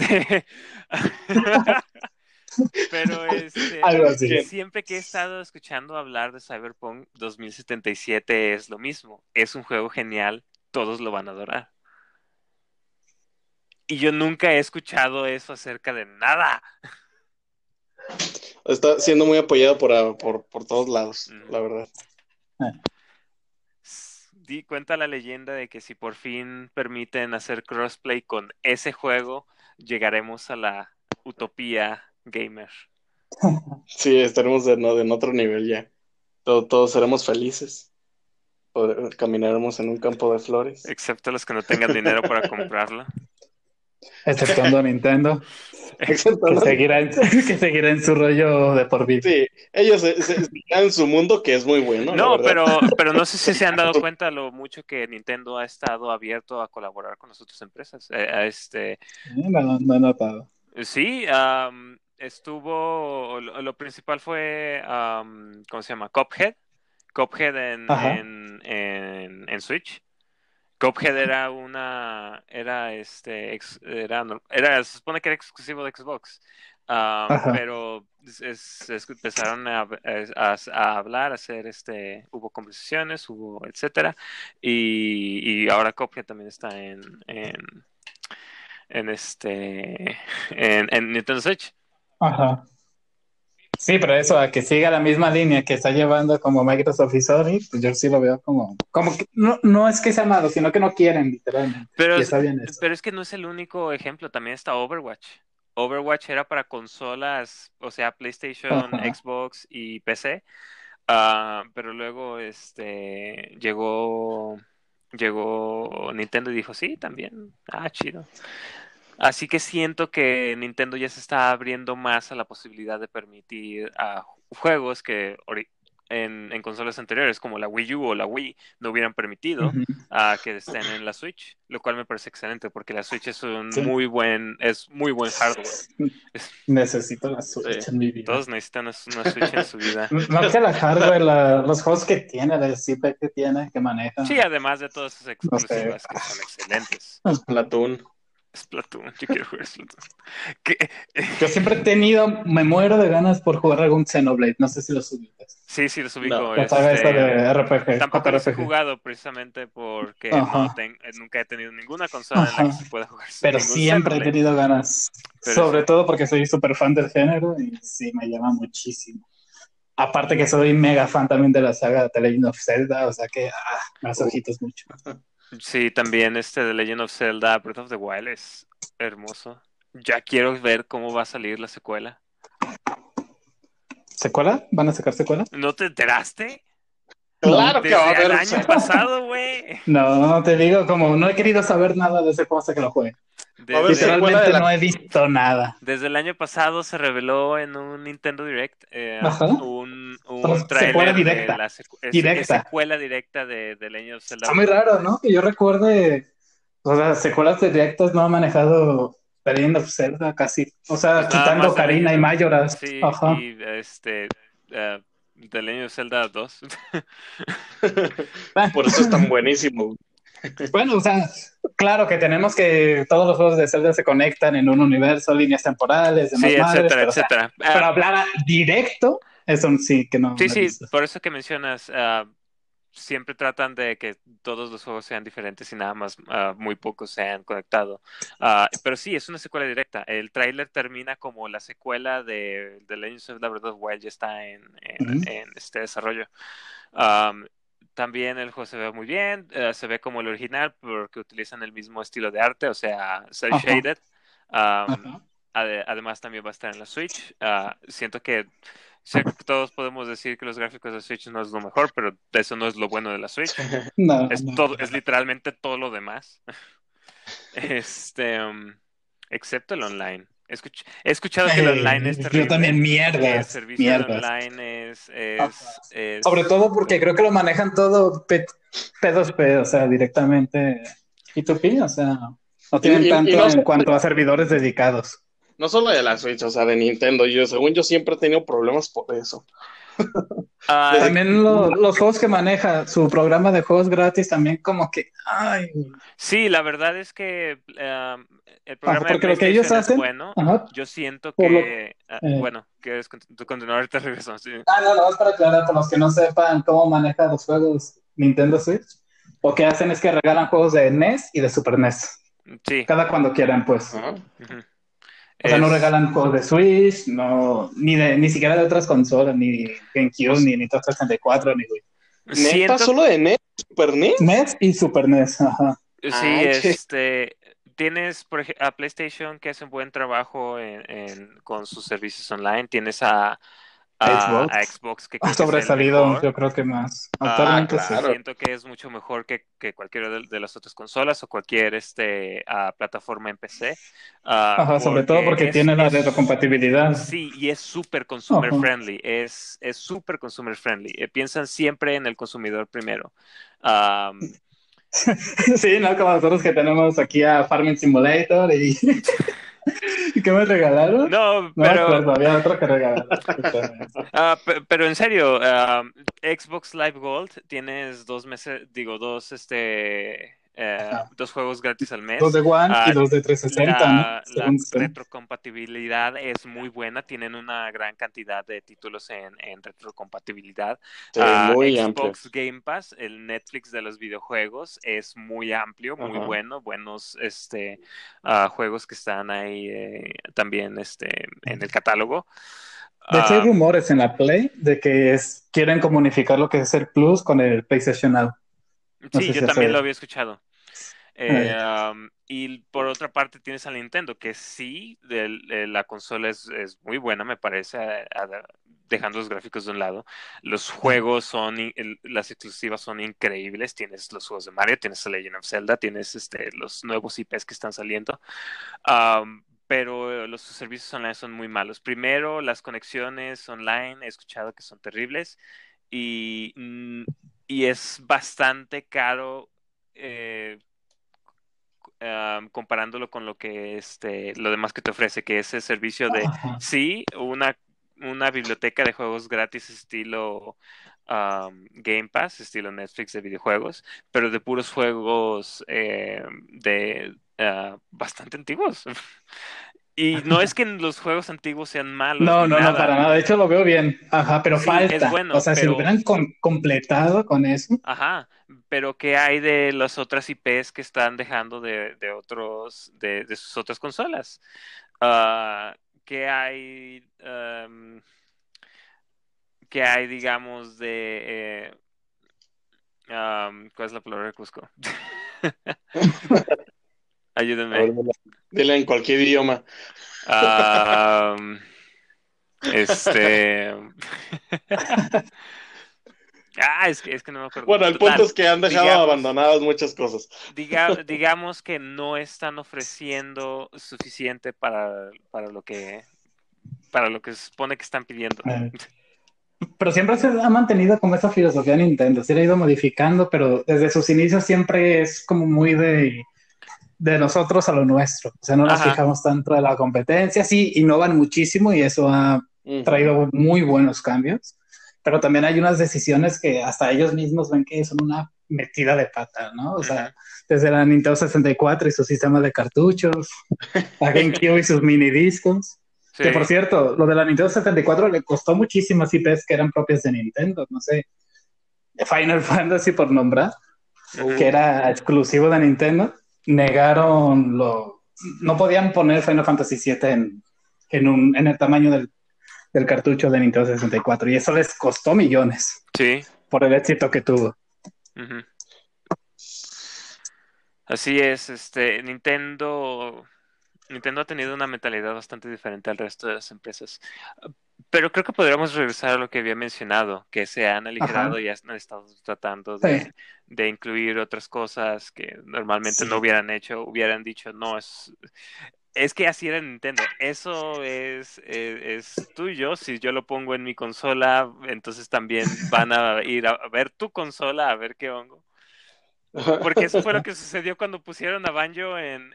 Pero Algo así. ¿Quién? siempre que he estado escuchando hablar de Cyberpunk 2077 es lo mismo. Es un juego genial, todos lo van a adorar. Y yo nunca he escuchado eso acerca de nada. Está siendo muy apoyado por todos lados, Ujú. la verdad. Cuenta la leyenda de que si por fin permiten hacer crossplay con ese juego, llegaremos a la utopía gamer. Sí, estaremos en otro nivel ya. Todos seremos felices. Caminaremos en un campo de flores. Excepto los que no tengan dinero para comprarlo. Exceptuando a Nintendo, que Exceptuando- seguirá en, que seguirá en su rollo de por vida. Sí, ellos se están en su mundo, que es muy bueno, la No, verdad. pero no sé si se han dado cuenta lo mucho que Nintendo ha estado abierto a colaborar con las otras empresas. No, no he notado. Sí, lo principal fue, ¿cómo se llama? Cuphead. Cuphead Ajá, en Switch. Cuphead se supone que era exclusivo de Xbox. ajá. Pero empezaron a hablar, a hacer hubo conversaciones, hubo etcétera, y ahora Cuphead también está en en Nintendo Switch. Ajá. Sí, pero eso, a que siga la misma línea que está llevando como Microsoft y Sony, pues yo sí lo veo como que no es que sea malo, sino que no quieren, literalmente. Pero, Y está bien eso. pero es que no es el único ejemplo, también está Overwatch. Overwatch era para consolas, o sea, PlayStation, Ajá. Xbox y PC. Pero luego llegó Nintendo y dijo, sí, también. Chido. Así que siento que Nintendo ya se está abriendo más a la posibilidad de permitir a juegos que en consolas anteriores, como la Wii U o la Wii, no hubieran permitido Ujú. que estén en la Switch, lo cual me parece excelente porque la Switch Sí. es muy buen hardware. Necesito la Switch en mi vida. Todos necesitan una Switch en su vida. No que la hardware, los juegos que tiene, la IP que tiene, que maneja, Sí, además de todas sus no sé. exclusivas que son excelentes. Platoon. Splatoon, yo quiero jugar Splatoon. ¿Qué? Yo siempre me muero de ganas por jugar algún Xenoblade, no sé si lo ubicas. Sí, los No. ubico. La saga esta de RPG, Tampoco los he JRPG. jugado precisamente porque Ajá, nunca he tenido ninguna consola en la que ajá. se pueda jugar Pero ningún siempre he Xenoblade. tenido ganas, Pero sobre todo porque soy súper fan del género y sí, me llama muchísimo. Aparte que soy mega fan también de la saga The Legend of Zelda, o sea que me hace Uh, ojitos mucho. sí, también The Legend of Zelda Breath of the Wild es hermoso. Ya quiero ver cómo va a salir la secuela. ¿Secuela? ¿Van a sacar secuela? ¿No te enteraste? No. Claro que va a Desde el haber. año pasado, güey. No, te digo, como no he querido saber nada de ese juego hasta que lo juegue. Va a haber Desde, secuela de Literalmente la. no he visto nada. desde el año pasado se reveló en un Nintendo Direct Ajá. un Secuela tráiler de directa. la es Directa. secuela directa de Legend of Zelda Está muy Breath of the raro, Wild. ¿no? Que yo recuerde, o sea, secuelas directas no ha manejado The Legend of Zelda casi. O sea, Pues nada más quitando de Karina Legend y of... Majora's. Sí, Ajá. y The Legend of Zelda 2. Por eso es tan buenísimo. Bueno, o sea, claro que tenemos que todos los juegos de Zelda se conectan en un universo, líneas temporales, Sí, demás madres, etcétera, pero o sea, etcétera. pero hablar directo, eso sí que no, no he Sí, visto. por eso que mencionas, siempre tratan de que todos los juegos sean diferentes y nada más muy pocos se han conectado. Pero sí, es una secuela directa. El tráiler termina como la secuela de Legend of Zelda Breath of the Wild ya está Ujú. en este desarrollo. Um, También el juego se ve muy bien, se ve como el original porque utilizan el mismo estilo de arte, o sea, cel Ajá, shaded. Um, ajá. Además también va a estar en la Switch. Siento que sé que todos podemos decir que los gráficos de Switch no es lo mejor, pero eso no es lo bueno de la Switch. No, Es no, todo, para es nada. literalmente todo lo demás. Este, excepto el online. He escuchado que el online es Yo también terrible, que el mierdas, servicio de mierdas. online Ajá. Sobre todo porque creo que terrible. lo manejan todo P2P, o sea, directamente P2P, o sea, no tienen Y tanto no, en cuanto a servidores dedicados. no solo de la Switch, o sea, de Nintendo. Según yo siempre he tenido problemas por eso. Ah, Desde que... También los juegos que maneja, su programa de juegos gratis también como que, ay, sí, la verdad es que el ajá, programa de porque lo que ellos PlayStation es hacen, bueno. ajá, Yo siento por lo, que, eh, bueno, quieres continuar ahorita regresamos. Sí. no, es para aclarar, por los que no sepan cómo maneja los juegos Nintendo Switch, lo que hacen es que regalan juegos de NES y de Super NES, Sí, cada cuando quieran, pues. Ajá. ujú. O sea, no Es regalan juegos de Switch, no, ni siquiera de otras consolas, ni O GameCube, sea, ni Nintendo 64, ni Wii. neta, siento solo de NES, Super NES. NES y Super NES, ajá. Sí, Che. tienes por ejemplo a PlayStation que hace un buen trabajo con sus servicios online, tienes a Xbox Xbox que ha creo que es el sobresalido, mejor. yo creo que más. Ah, Actualmente sí. claro. Siento que es mucho mejor que cualquiera de las otras consolas o cualquier plataforma en PC, Ajá, sobre todo porque porque tiene la retrocompatibilidad. sí, y es súper consumer Ajá. friendly, es súper consumer friendly. Piensan siempre en el consumidor primero. Um, Sí, ¿no? Como nosotros que tenemos aquí a Farming Simulator y ¿y qué me regalaron? no, No me acuerdo, había otro que regalaron. pero en serio, Xbox Live Gold tienes 2 meses, digo, Ajá. dos juegos gratis al Dos mes. de One y Ah, dos de 360, ¿no? la Según sé. retrocompatibilidad es muy buena, tienen una gran cantidad de títulos en retrocompatibilidad. Sí, muy amplio. Xbox Game Pass, el Netflix de los videojuegos, es muy amplio, muy Ajá. bueno, buenos juegos que están ahí también en el catálogo. De hecho, hay Um, rumores en la Play de que quieren como unificar lo que es el Plus con el PlayStation Now. No sí, sé yo si también lo hace. había escuchado. eh, Y por otra parte tienes a Nintendo, que sí, la consola es muy buena, me parece, dejando los gráficos de un lado. Los juegos las exclusivas son increíbles. Tienes los juegos de Mario, tienes The Legend of Zelda, tienes los nuevos IPs que están saliendo. Pero los servicios online son muy malos. Primero, las conexiones online, he escuchado que son terribles y, y es bastante caro. eh, Comparándolo con lo que lo demás que te ofrece, que es el servicio de ajá. sí, una biblioteca de juegos gratis estilo Game Pass, estilo Netflix de videojuegos, pero de puros juegos bastante antiguos. Y no es que los juegos antiguos sean malos No, ni no, no, nada. para nada. De hecho, lo veo bien. Ajá, pero Sí, es falta. O bueno, sea, si lo pero hubieran completado con eso. ajá, pero ¿qué hay de las otras IPs que están dejando de sus otras consolas? ¿Qué hay, digamos, ¿cuál es la palabra que busco? A ver, Ayúdenme. dile en cualquier idioma. Am, este, es que no me acuerdo. Bueno, el punto Total, es que han dejado digamos, abandonadas muchas cosas. digamos que no están ofreciendo suficiente para lo que se supone que están pidiendo. Eh, Pero siempre se ha mantenido como esa filosofía de Nintendo. Sí la ha ido modificando, pero desde sus inicios siempre es como muy de nosotros a lo nuestro. O sea, no nos Ajá. fijamos tanto de la competencia. Sí, innovan muchísimo y eso ha Ujú. traído muy buenos cambios. Pero también hay unas decisiones que hasta ellos mismos ven que son una metida de pata, ¿no? O Ujú. sea, desde la Nintendo 64 y su sistema de cartuchos, la GameCube y sus mini discos. Que por Sí. cierto, lo de la Nintendo 64 le costó muchísimas IPs que eran propias de Nintendo. No sé, Final Fantasy por nombrar, Ujú. que era exclusivo de Nintendo, negaron lo. No podían poner Final Fantasy 7 en el tamaño del cartucho de Nintendo 64 y eso les costó millones Sí. por el éxito que tuvo. Ujú. Así es, Nintendo ha tenido una mentalidad bastante diferente al resto de las empresas. Pero creo que podríamos regresar a lo que había mencionado, que se han aligerado Ajá. y han estado tratando Sí. de incluir otras cosas que normalmente no Sí. hubieran hecho, hubieran dicho, no, es que así era Nintendo, eso es tuyo, si yo lo pongo en mi consola, entonces también van a ir a ver tu consola, a ver qué hongo. Porque eso fue lo que sucedió cuando pusieron a Banjo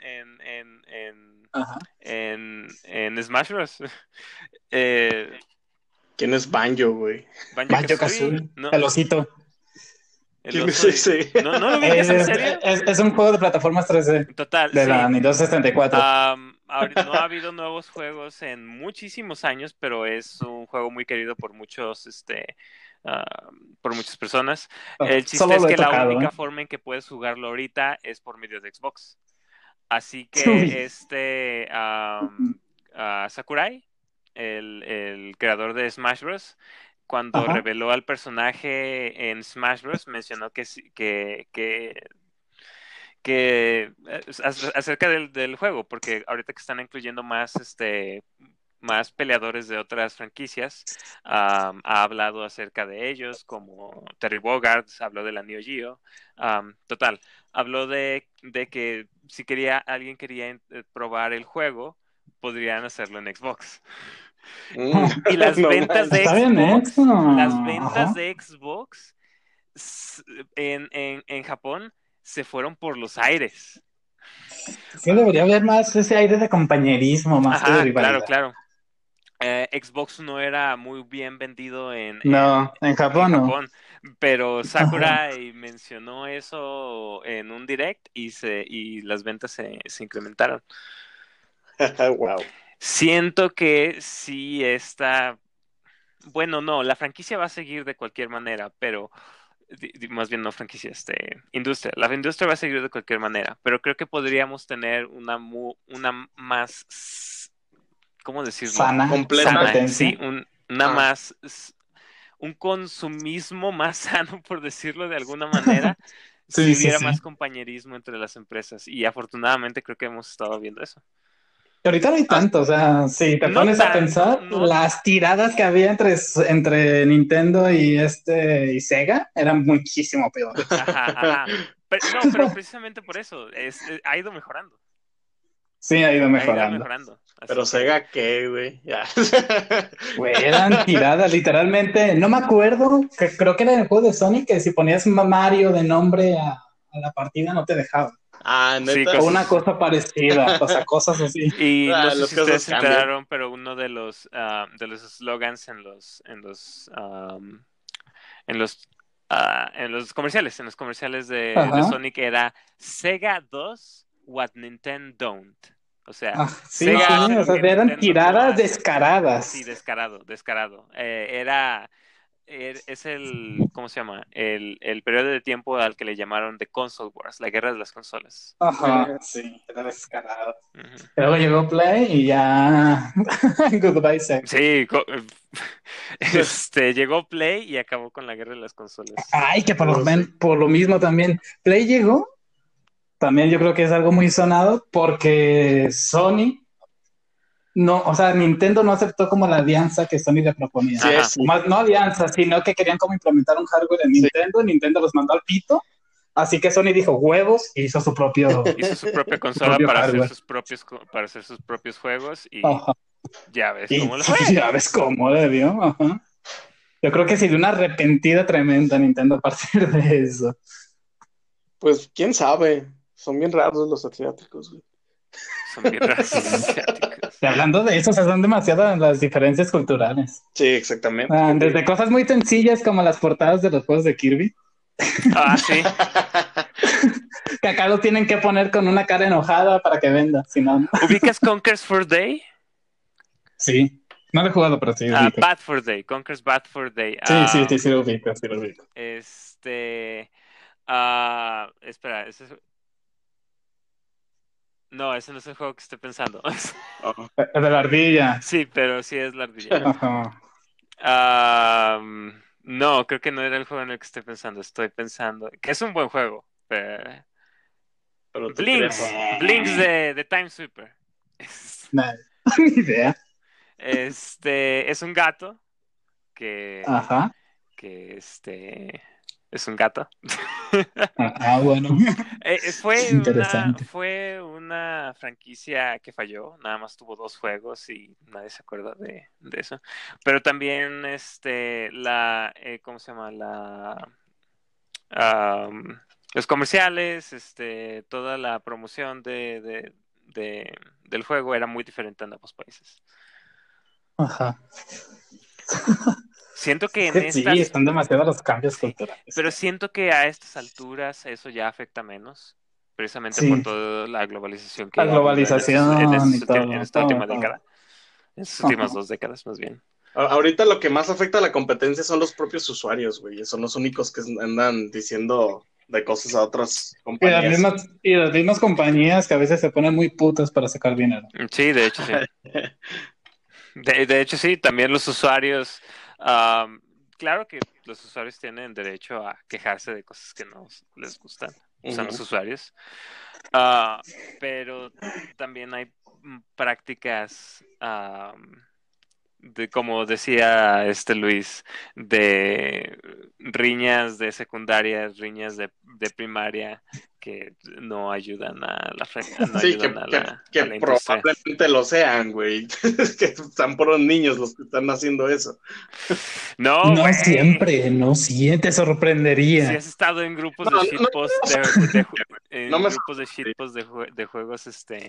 Ajá. en Smash Bros. Eh, ¿Quién es Banjo, güey? Banjo Banjo Kazooie, Kazooie, no, el osito. el ¿Quién es oso. ese? ¿No lo ubicas en Es, serio? es un juego de plataformas 3D Total, de la sí. Nintendo 64. No ha habido nuevos juegos en muchísimos años, pero es un juego muy querido por muchas personas. El chiste Solo es lo he que la tocado, ¿eh? única forma en que puedes jugarlo ahorita es por medio de Xbox. Así Uy. que Sakurai, el creador de Smash Bros., cuando Ajá. reveló al personaje en Smash Bros., mencionó acerca del juego, porque ahorita que están incluyendo más peleadores de otras franquicias, ha hablado acerca de ellos, como Terry Bogard, habló de la Neo Geo, total, habló de que si alguien quería probar el juego, podrían hacerlo en Xbox. Mm, Y no manches. Está bien eso. Las ventas Ajá. de Xbox s- en Japón se fueron por los aires. Sí, debería haber más ese aire de compañerismo más que de Ajá, claro, rivalidad. claro. Xbox no era muy bien vendido No, en en Japón no. Japón, pero Ajá. Sakurai mencionó eso en un direct y las ventas se incrementaron. Wow. Siento que sí está, bueno, no, la franquicia va a seguir de cualquier manera, pero más bien no franquicia, industria. La industria va a seguir de cualquier manera, pero creo que podríamos tener una más, ¿cómo decirlo? Sana Completa. Sana, sí, competencia. Ah, un consumismo más sano, por decirlo de alguna manera, si Sí, sí, hubiera sí. más compañerismo entre las empresas. Y afortunadamente creo que hemos estado viendo eso. Y ahorita no hay ah, tanto, o sea, si te No pones a tanto, pensar, no. las tiradas que había entre Nintendo y Sega eran muchísimo peores. Ajá, ajá. No, pero precisamente por eso ha ido mejorando. Sí, ha ido Ha ido mejorando. mejorando. Así pero que, Sega, ¿qué, güey? Ya. Güey, eran tiradas, literalmente. No me acuerdo, que creo que era en el juego de Sonic que si ponías Mario de nombre a la partida no te dejaba. Ah, sí, neta. O una cosas. cosa parecida, o sea, cosas así. Y no sé Las si ustedes cosas se cambian. enteraron, pero uno de los slogans en los, en los comerciales de Ajá. Sonic era Sega 2 what Nintendo don't. O sea, Sí, Sega hace sí, lo o sea, que eran Nintendo no tiradas hace. descaradas. Sí, descarado. Es ¿cómo se llama? El periodo de tiempo al que le llamaron The Console Wars, la guerra de las consolas. Ajá, sí, era descarado. Ujú. Luego llegó Play y ya. Goodbye, Sega. Sí, llegó Play y acabó con la guerra de las consolas. Ay, que Sí. por lo mismo también. Play llegó, también yo creo que es algo muy sonado porque Sony no, o sea, Nintendo no aceptó como la alianza que Sony le proponía. Sí, Ajá. es O más, no alianza, sino que querían como implementar un hardware en Sí. Nintendo. Nintendo los mandó al pito. Así que Sony dijo huevos y hizo su propio, Hizo su propia su consola propio para hacer hardware. para hacer sus propios juegos y Ajá. ya ves Y cómo le fue. ya ves cómo le dio. Ajá. Yo creo que sí, de una arrepentida tremenda Nintendo a partir de eso. Pues quién sabe. Son bien raros los asiáticos, güey. Son bien raros los asiáticos. Y hablando de eso, o sea, son demasiadas las diferencias culturales. Sí, exactamente. Desde cosas muy sencillas como las portadas de los juegos de Kirby, Ah, sí. que acá lo tienen que poner con una cara enojada para que venda, si no, no. ¿Ubicas Conker's for Day? Sí, no lo he jugado, pero sí lo ubico. Bad for Day, Conker's Bad for Day. Sí lo ubico, sí lo ubico. Espera, no, ese no es el juego que estoy pensando. Oh. El de la ardilla. Sí, pero sí es la ardilla. Ajá. No, creo que no era el juego en el que estoy pensando. Estoy pensando que es un buen juego. Pero tú Blinks, crees. Blinks de Time Sweeper. Nah, ni idea. Es un gato que, Ajá. que es un gato. Bueno. Interesante. Fue una franquicia que falló, nada más tuvo 2 juegos y nadie se acuerda de eso. Pero también ¿cómo se llama? Los comerciales, toda la promoción del juego era muy diferente en ambos países. Ajá. Siento que Sí, están demasiados los cambios sí, culturales. pero siento que a estas alturas eso ya afecta menos, precisamente Sí. por toda la globalización que La ha habido globalización y todo. en esta última década, en estas últimas 2 décadas más bien. Ahorita lo que más afecta a la competencia son los propios usuarios, güey. Son los únicos que andan diciendo de cosas a otras compañías. Y las mismas compañías que a veces se ponen muy putas para sacar dinero. Sí, de hecho sí. De hecho sí, también los usuarios, claro que los usuarios tienen derecho a quejarse de cosas que no les gustan, son los usuarios, pero también hay prácticas como decía Luis, de riñas de secundaria, riñas de primaria que no ayudan a la Sí, ayudan a la industria. Probablemente lo sean, güey. Que están por los niños los que están haciendo eso. No siempre, te sorprendería. Si has estado en grupos de shitpost de juegos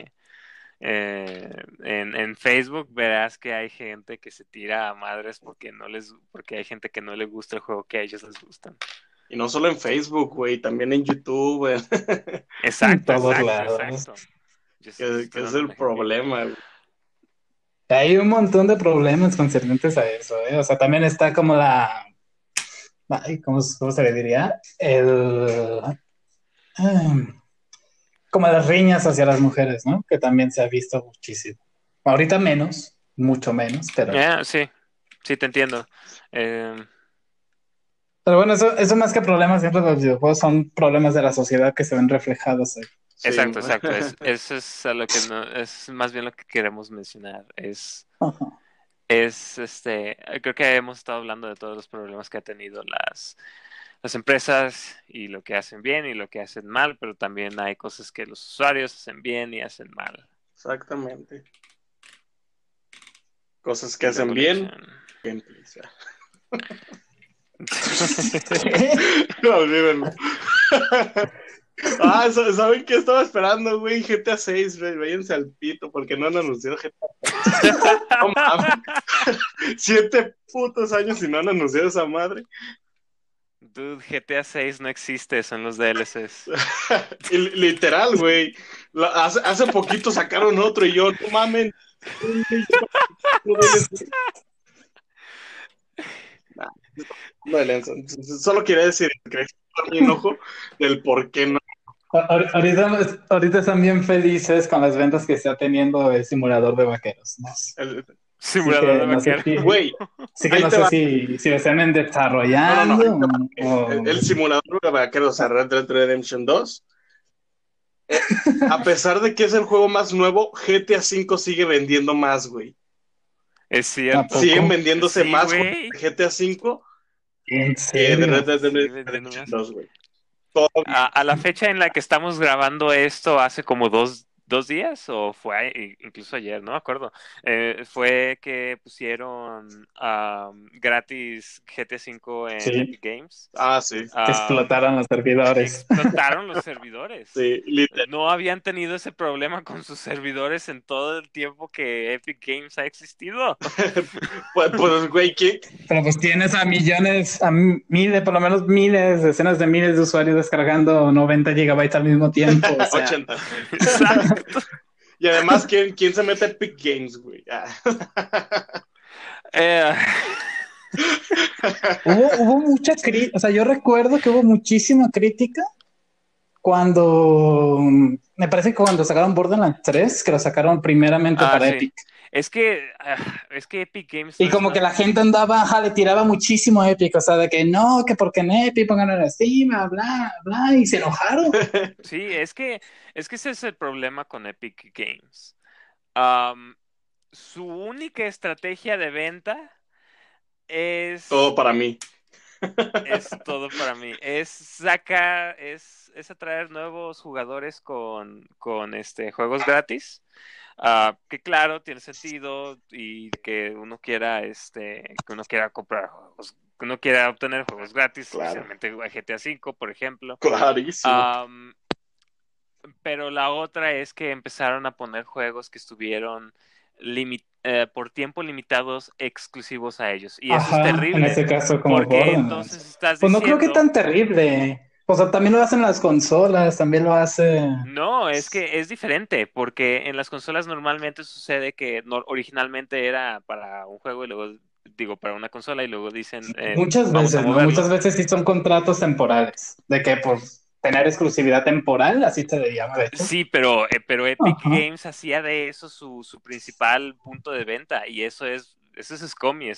en Facebook, verás que hay gente que se tira a madres porque hay gente que no le gusta el juego que a ellos les gustan. Y no solo en Facebook, güey, también en YouTube. Exacto. Que es el problema, güey. Hay un montón de problemas concernientes a eso, ¿eh? O sea, también está como ¿cómo se le diría? Como las riñas hacia las mujeres, ¿no? Que también se ha visto muchísimo. Ahorita menos, mucho menos, pero... Sí, te entiendo. Pero bueno, eso más que problemas dentro de los videojuegos son problemas de la sociedad que se ven reflejados ahí. Sí, exacto. Eso es a lo que es más bien lo que queremos mencionar. Creo que hemos estado hablando de todos los problemas que ha tenido las empresas y lo que hacen bien y lo que hacen mal, pero también hay cosas que los usuarios hacen bien y hacen mal. Exactamente. Cosas que hacen bien. No, olvídenlo. ¿Saben qué estaba esperando, güey? GTA 6, váyanse al pito, porque no han anunciado GTA 6. No mames. 7 putos años y no han anunciado esa madre. Dude, GTA 6 no existe, son los DLCs. Literal, güey. Hace poquito sacaron otro y yo, no mames. Nah, solo quería decir que mi enojo del por qué no. Ahorita están bien felices con las ventas que está teniendo el simulador de vaqueros, ¿no? Simulador de no sé vaquero. Güey, sí que no sé si lo están desarrollando. El simulador de vaqueros, o sea, Red Dead Redemption 2. A pesar de que es el juego más nuevo, GTA V sigue vendiendo más, güey. Es cierto. Siguen vendiéndose Sí, más güey. GTA V ¿En que de serio? Red Dead Sigue vendiendo Redemption más. 2, güey. A la fecha en la que estamos grabando esto, hace como dos días, o fue incluso ayer, no me acuerdo, fue que pusieron gratis GT 5 en Sí, Epic Games. Ah, sí. explotaron los servidores. Explotaron los servidores. Sí, literal. No habían tenido ese problema con sus servidores en todo el tiempo que Epic Games ha existido. Pues, güey, ¿qué? Pero pues tienes a millones, a miles, por lo menos miles, decenas de miles de usuarios descargando 90 gigabytes al mismo tiempo. O sea, 80. Exacto. Y además, ¿quién se mete a Epic Games, güey? Eh, hubo mucha crítica, o sea, yo recuerdo que hubo muchísima crítica cuando, me parece que cuando sacaron Borderlands 3, que lo sacaron primeramente para sí. Epic. Es que Epic Games. Y como que la gente andaba, le tiraba muchísimo a Epic, o sea, de que no, que porque en Epic pongan en Steam, bla, bla, y se enojaron. Sí, es que ese es el problema con Epic Games. Su única estrategia de venta es Todo para mí. Es todo para mí. Es atraer nuevos jugadores con juegos gratis. Que claro, tiene sentido y que uno quiera comprar juegos, que uno quiera obtener juegos gratis, Claro. especialmente GTA V, por ejemplo. Clarísimo. Pero la otra es que empezaron a poner juegos que estuvieron por tiempo limitados exclusivos a ellos. Y eso es terrible. En ese caso, como porque Borderlands. Entonces estás pues diciendo... no creo que tan terrible. O sea, también lo hacen las consolas, también lo hace... No, es que es diferente, porque en las consolas normalmente sucede que originalmente era para un juego y luego, para una consola y luego dicen, Muchas vamos a veces, ¿no? moverlo. Muchas veces sí son contratos temporales, de que pues tener exclusividad temporal, así se le llama, de hecho. Sí, pero Epic Games hacía de eso su principal punto de venta y eso es scummy,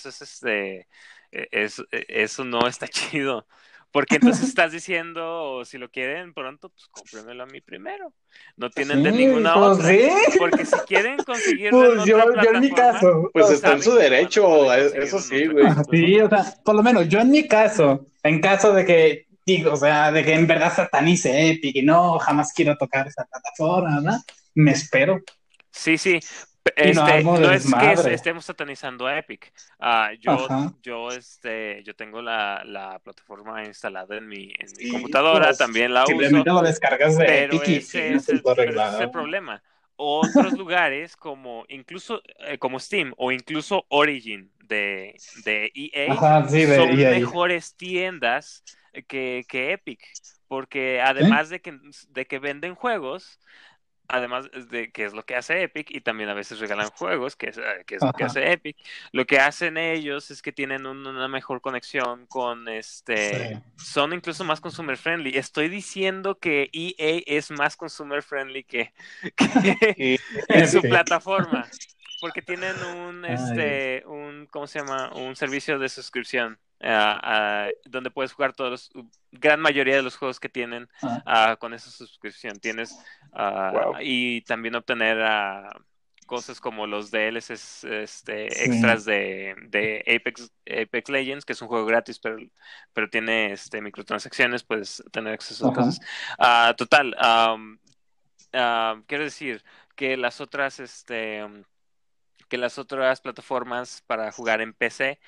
eso no está chido. Porque entonces estás diciendo, si lo quieren pronto, pues cómprenmelo a mí primero. No tienen de ninguna pues otra. Sí. Porque si quieren conseguirlo pues en otra yo plataforma, en mi caso. Pues está en su derecho, eso sí, güey. Sí, o sea, por lo menos yo en mi caso, en caso de que, digo, o sea, de que en verdad satanice Epic y no, jamás quiero tocar esa plataforma, ¿verdad? Me espero. Sí. No es que estemos satanizando a Epic. Yo tengo la plataforma instalada en mi computadora, pues, también la uso. Simplemente lo descargas de Pero Epic y ese es el problema. Otros lugares como incluso como Steam o incluso Origin de EA son mejores tiendas que Epic, porque además de que venden juegos, además de que es lo que hace Epic, y también a veces regalan juegos, que es lo que hace Epic, lo que hacen ellos es que tienen una mejor conexión con son incluso más consumer friendly. Estoy diciendo que EA es más consumer friendly que en su plataforma, porque tienen ¿cómo se llama? Un servicio de suscripción. Donde puedes jugar gran mayoría de los juegos que tienen con esa suscripción. Tienes y también obtener cosas como los DLCs extras de Apex Legends, que es un juego gratis, pero tiene microtransacciones, puedes tener acceso a cosas. Total, quiero decir que las otras plataformas para jugar en PC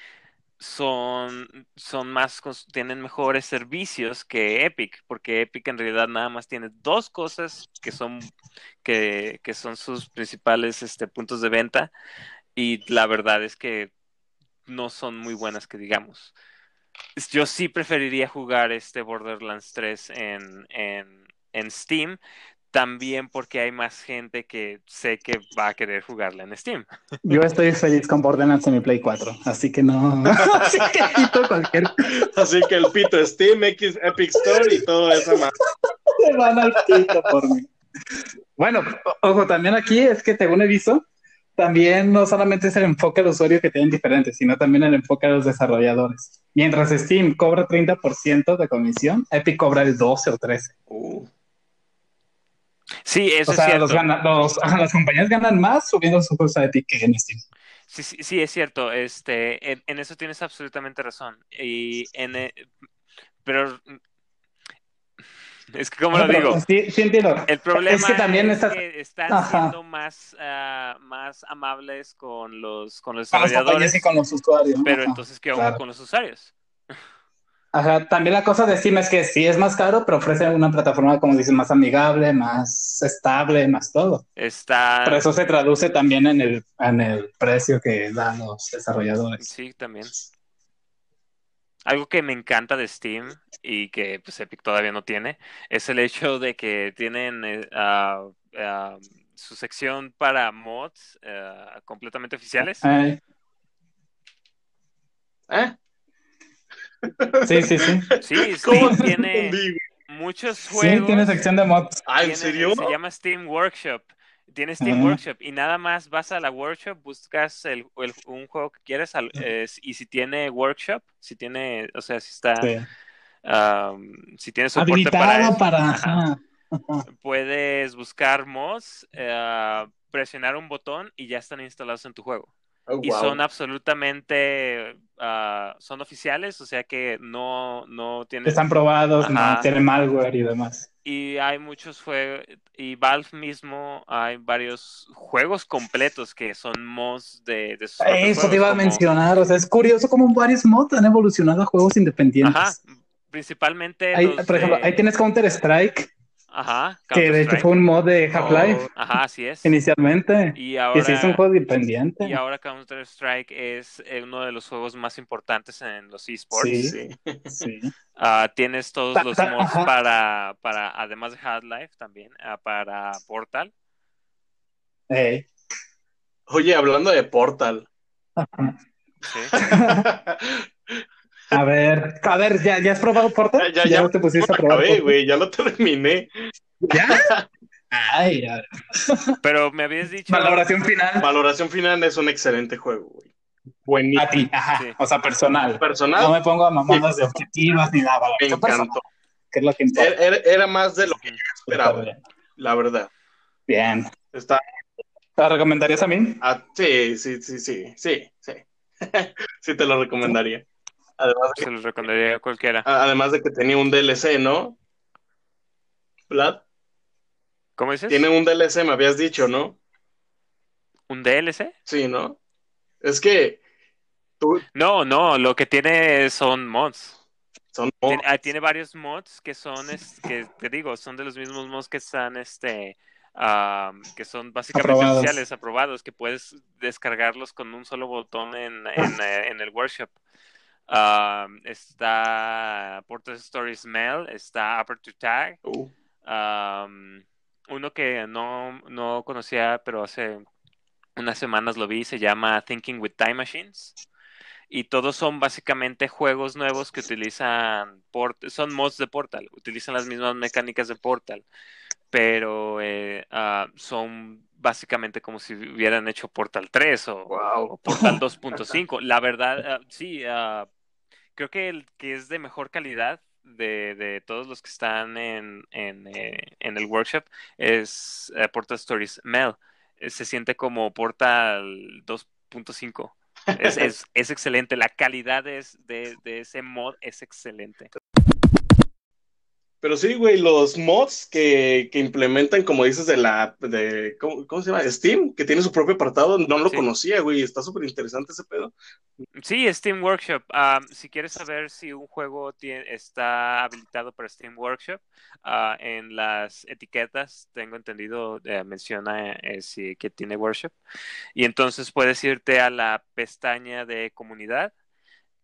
tienen mejores servicios que Epic, porque Epic en realidad nada más tiene dos cosas que son sus principales puntos de venta, y la verdad es que no son muy buenas, que digamos. Yo sí preferiría jugar este Borderlands 3 en Steam, también porque hay más gente que sé que va a querer jugarla en Steam. Yo estoy feliz con Borderlands en mi Play 4, así que no. Así que quito cualquier Así que el pito Steam, X, Epic Store y todo eso más. se van al pito por mí. Bueno, ojo, también aquí es que según he visto, también no solamente es el enfoque al usuario que tienen diferente, sino también el enfoque a los desarrolladores. Mientras Steam cobra 30% de comisión, Epic cobra el 12 o 13. Sí, eso O es sea, cierto. las compañías ganan más subiendo sus juegos a Epic que en Steam. Sí, es cierto. En eso tienes absolutamente razón. Pero es que, ¿cómo No, lo digo? pero sí entiendo. El Es que problema también es estás... que están siendo Ajá. más amables con los Con las compañías y desarrolladores, con los usuarios. pero Ajá, entonces, ¿qué onda claro. con los usuarios? Ajá, también la cosa de Steam es que sí es más caro, pero ofrece una plataforma, como dices, más amigable, más estable, más todo. Pero Está, eso se traduce también en el precio que dan los desarrolladores. sí, también. Algo que me encanta de Steam y que pues Epic todavía no tiene es el hecho de que tienen ah, su sección para mods completamente oficiales. Ay, ¿Eh? sí, sí, sí. Sí, ¿Cómo Steam no tiene entendí? muchos Sí, tiene juegos, sección de mods. Ah, ¿en serio? se llama Steam Workshop. Tiene Steam Ajá. Workshop y nada más vas a la workshop, buscas un juego que quieres y si tiene workshop, si tiene, o sea, si está, Sí. si tiene soporte para Habilitado eso, para... ajá, Ajá, ajá. puedes buscar mods, presionar un botón y ya están instalados en tu juego. Oh, Y son wow. absolutamente, son oficiales, o sea que no tiene, Están probados, no ajá, tienen malware y demás. y hay muchos juegos, y Valve mismo hay varios juegos completos que son mods de sus propios Eso te juegos, iba a como, mencionar, o sea, es curioso cómo varios mods han evolucionado a juegos ajá, independientes. principalmente Ahí, los por ejemplo, ahí de, tienes Counter-Strike, ajá, que de hecho fue Counter-Strike, un mod de Half-Life Oh, ajá, así es, inicialmente, y y se hizo un ahora, juego independiente. y ahora Counter-Strike es uno de los juegos más importantes en los esports. Sí, sí. sí. Tienes todos los mods Ajá. además de Half-Life también, para Portal. Ey. Oye, hablando de Portal. Ajá. Sí. A ver, ¿ya has probado Portal? Ya ¿Ya te me pusiste a lo probar acabé, Portal? güey, ya lo terminé. ¿Ya? Ay, a ver. Pero me habías dicho, Valoración final Valoración final es un excelente juego, güey. a Buenísimo. ti, ajá, sí, o sea, personal. No Personal, me pongo a sí, mamadas de objetivas ni nada, me valoración personal, encantó. que es lo que importa. Era más de lo que ujú. yo Está esperaba, bien. la verdad. Bien. Está, ¿La recomendarías a mí? sí, sí, sí, sí, sí, sí. Sí te lo recomendaría. Además de Se los recomendaría a cualquiera. además de que tenía un DLC, ¿no? Vlad, ¿Cómo tiene dices? un DLC, me habías dicho, ¿no? ¿Un DLC? Sí, ¿no? Es que tú, No, lo que tiene son mods. son Tiene varios mods que que te digo, son de los mismos mods que están, que son básicamente Aprobados. oficiales, aprobados, que puedes descargarlos con un solo botón en el workshop. Está Portal Stories Mail, está Aperture Tag, uh, um, uno que no conocía, pero hace unas semanas lo vi, se llama Thinking with Time Machines. Y todos son básicamente juegos nuevos que utilizan, son mods de Portal, utilizan las mismas mecánicas de Portal, pero son básicamente como si hubieran hecho Portal 3 wow. o Portal 2.5. La verdad, sí, creo que el que es de mejor calidad de todos los que están en el workshop es Portal Stories Mel. Se siente como Portal 2.5. Es excelente. La calidad de ese mod es excelente. Pero sí, güey, los mods que implementan, como dices, ¿cómo se llama? Steam, que tiene su propio apartado, no lo Sí. conocía, güey, está súper interesante ese pedo. Sí, Steam Workshop. Si quieres saber si un juego está habilitado para Steam Workshop, en las etiquetas, tengo entendido, menciona que tiene Workshop. Y entonces puedes irte a la pestaña de comunidad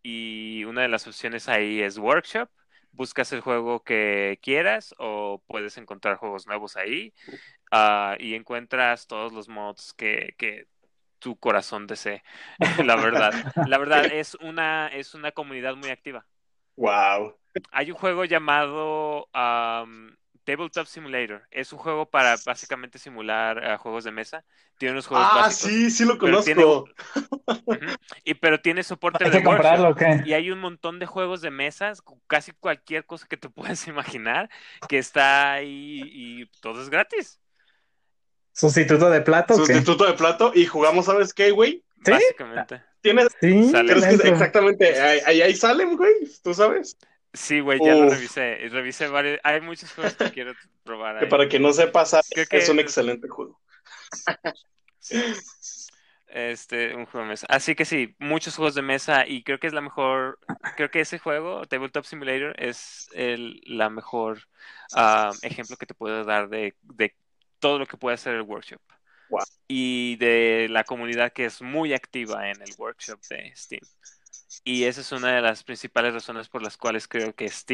y una de las opciones ahí es Workshop. Buscas el juego que quieras o puedes encontrar juegos nuevos ahí, y encuentras todos los mods que tu corazón desee. La verdad. La verdad es una comunidad muy activa. Wow. Hay un juego llamado Tabletop Simulator. Es un juego para básicamente simular juegos de mesa. Tiene unos juegos Ah, básicos, sí, sí lo pero tiene, conozco. pero tiene soporte Hay de que comprarlo, workshop. ¿o qué? Y hay un montón de juegos de mesas, casi cualquier cosa que te puedas imaginar, que está ahí y todo es gratis. ¿Sustituto de plato o qué? Sustituto de plato y jugamos, ¿sabes qué, güey? ¿Sí? Básicamente. ¿Tienes? Sí, Sale. ¿Crees le que entro. exactamente ahí salen, güey? ¿Tú sabes? Sí, güey, ya lo Uf, revisé. Revisé varios. Hay muchos juegos que quiero probar que ahí. para que no sepas, Creo es un que excelente juego. sí. Un juego de mesa. Así que sí, muchos juegos de mesa y creo que es la mejor, creo que ese juego, Tabletop Simulator, es la mejor ejemplo que te puedo dar de todo lo que puede hacer el workshop Wow. y de la comunidad que es muy activa en el workshop de Steam. Y esa es una de las principales razones por las cuales creo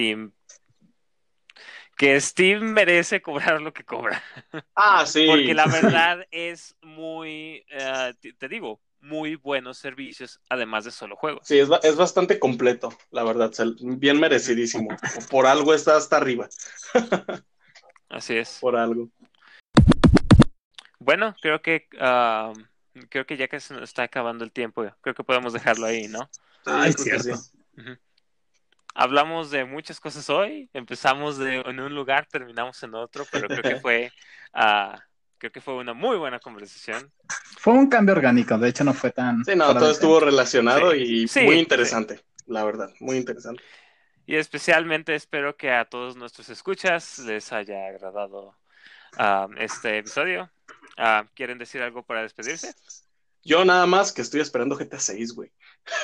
que Steam merece cobrar lo que cobra. Ah, Porque sí, la sí. verdad es muy, te digo, muy buenos servicios, además de solo Sí, juegos. es bastante completo, la verdad. Bien Ujú. merecidísimo. Por algo está hasta arriba. Así es. Por algo. Bueno, creo que ya que se nos está acabando el tiempo, creo que podemos dejarlo ahí, ¿no? Sí, Ay, yo creo que sí. cierto. Ujú. Hablamos de muchas cosas hoy. Empezamos en un lugar, terminamos en otro, pero ah, creo que fue una muy buena conversación. Fue un cambio orgánico, de hecho no fue tan Sí, no, fuera todo del tema. estuvo relacionado Sí, y muy sí, sí. interesante, la verdad, muy interesante. Y especialmente espero que a todos nuestros escuchas les haya agradado este episodio. ¿Quieren decir algo para despedirse? Yo nada más que estoy esperando GTA 6, güey.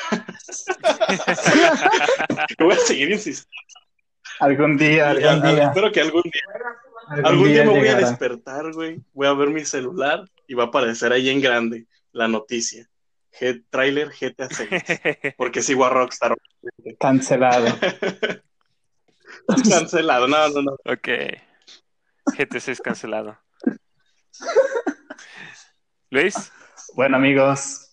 Yo voy a seguir insistiendo. Algún día, Espero que algún algún día día me voy a llegará. despertar, güey. Voy a ver mi celular y va a aparecer ahí en grande la noticia. Trailer GTA 6. Porque sigo a Rockstar. Cancelado. Cancelado. No, no, no. Ok, GT6 cancelado. Luis, Bueno, amigos,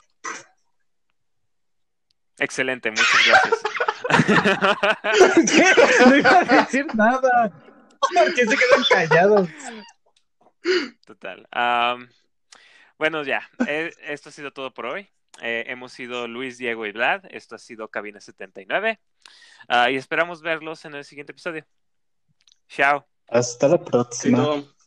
excelente, muchas gracias. ¿qué? No iba a decir nada. ¿Por qué se quedan callados? Total. Bueno, ya, esto ha sido todo por hoy. Hemos sido Luis, Diego y Vlad. Esto ha sido Cabina 79. Y esperamos verlos en el siguiente episodio. Chao. Hasta la Sí, próxima. todo.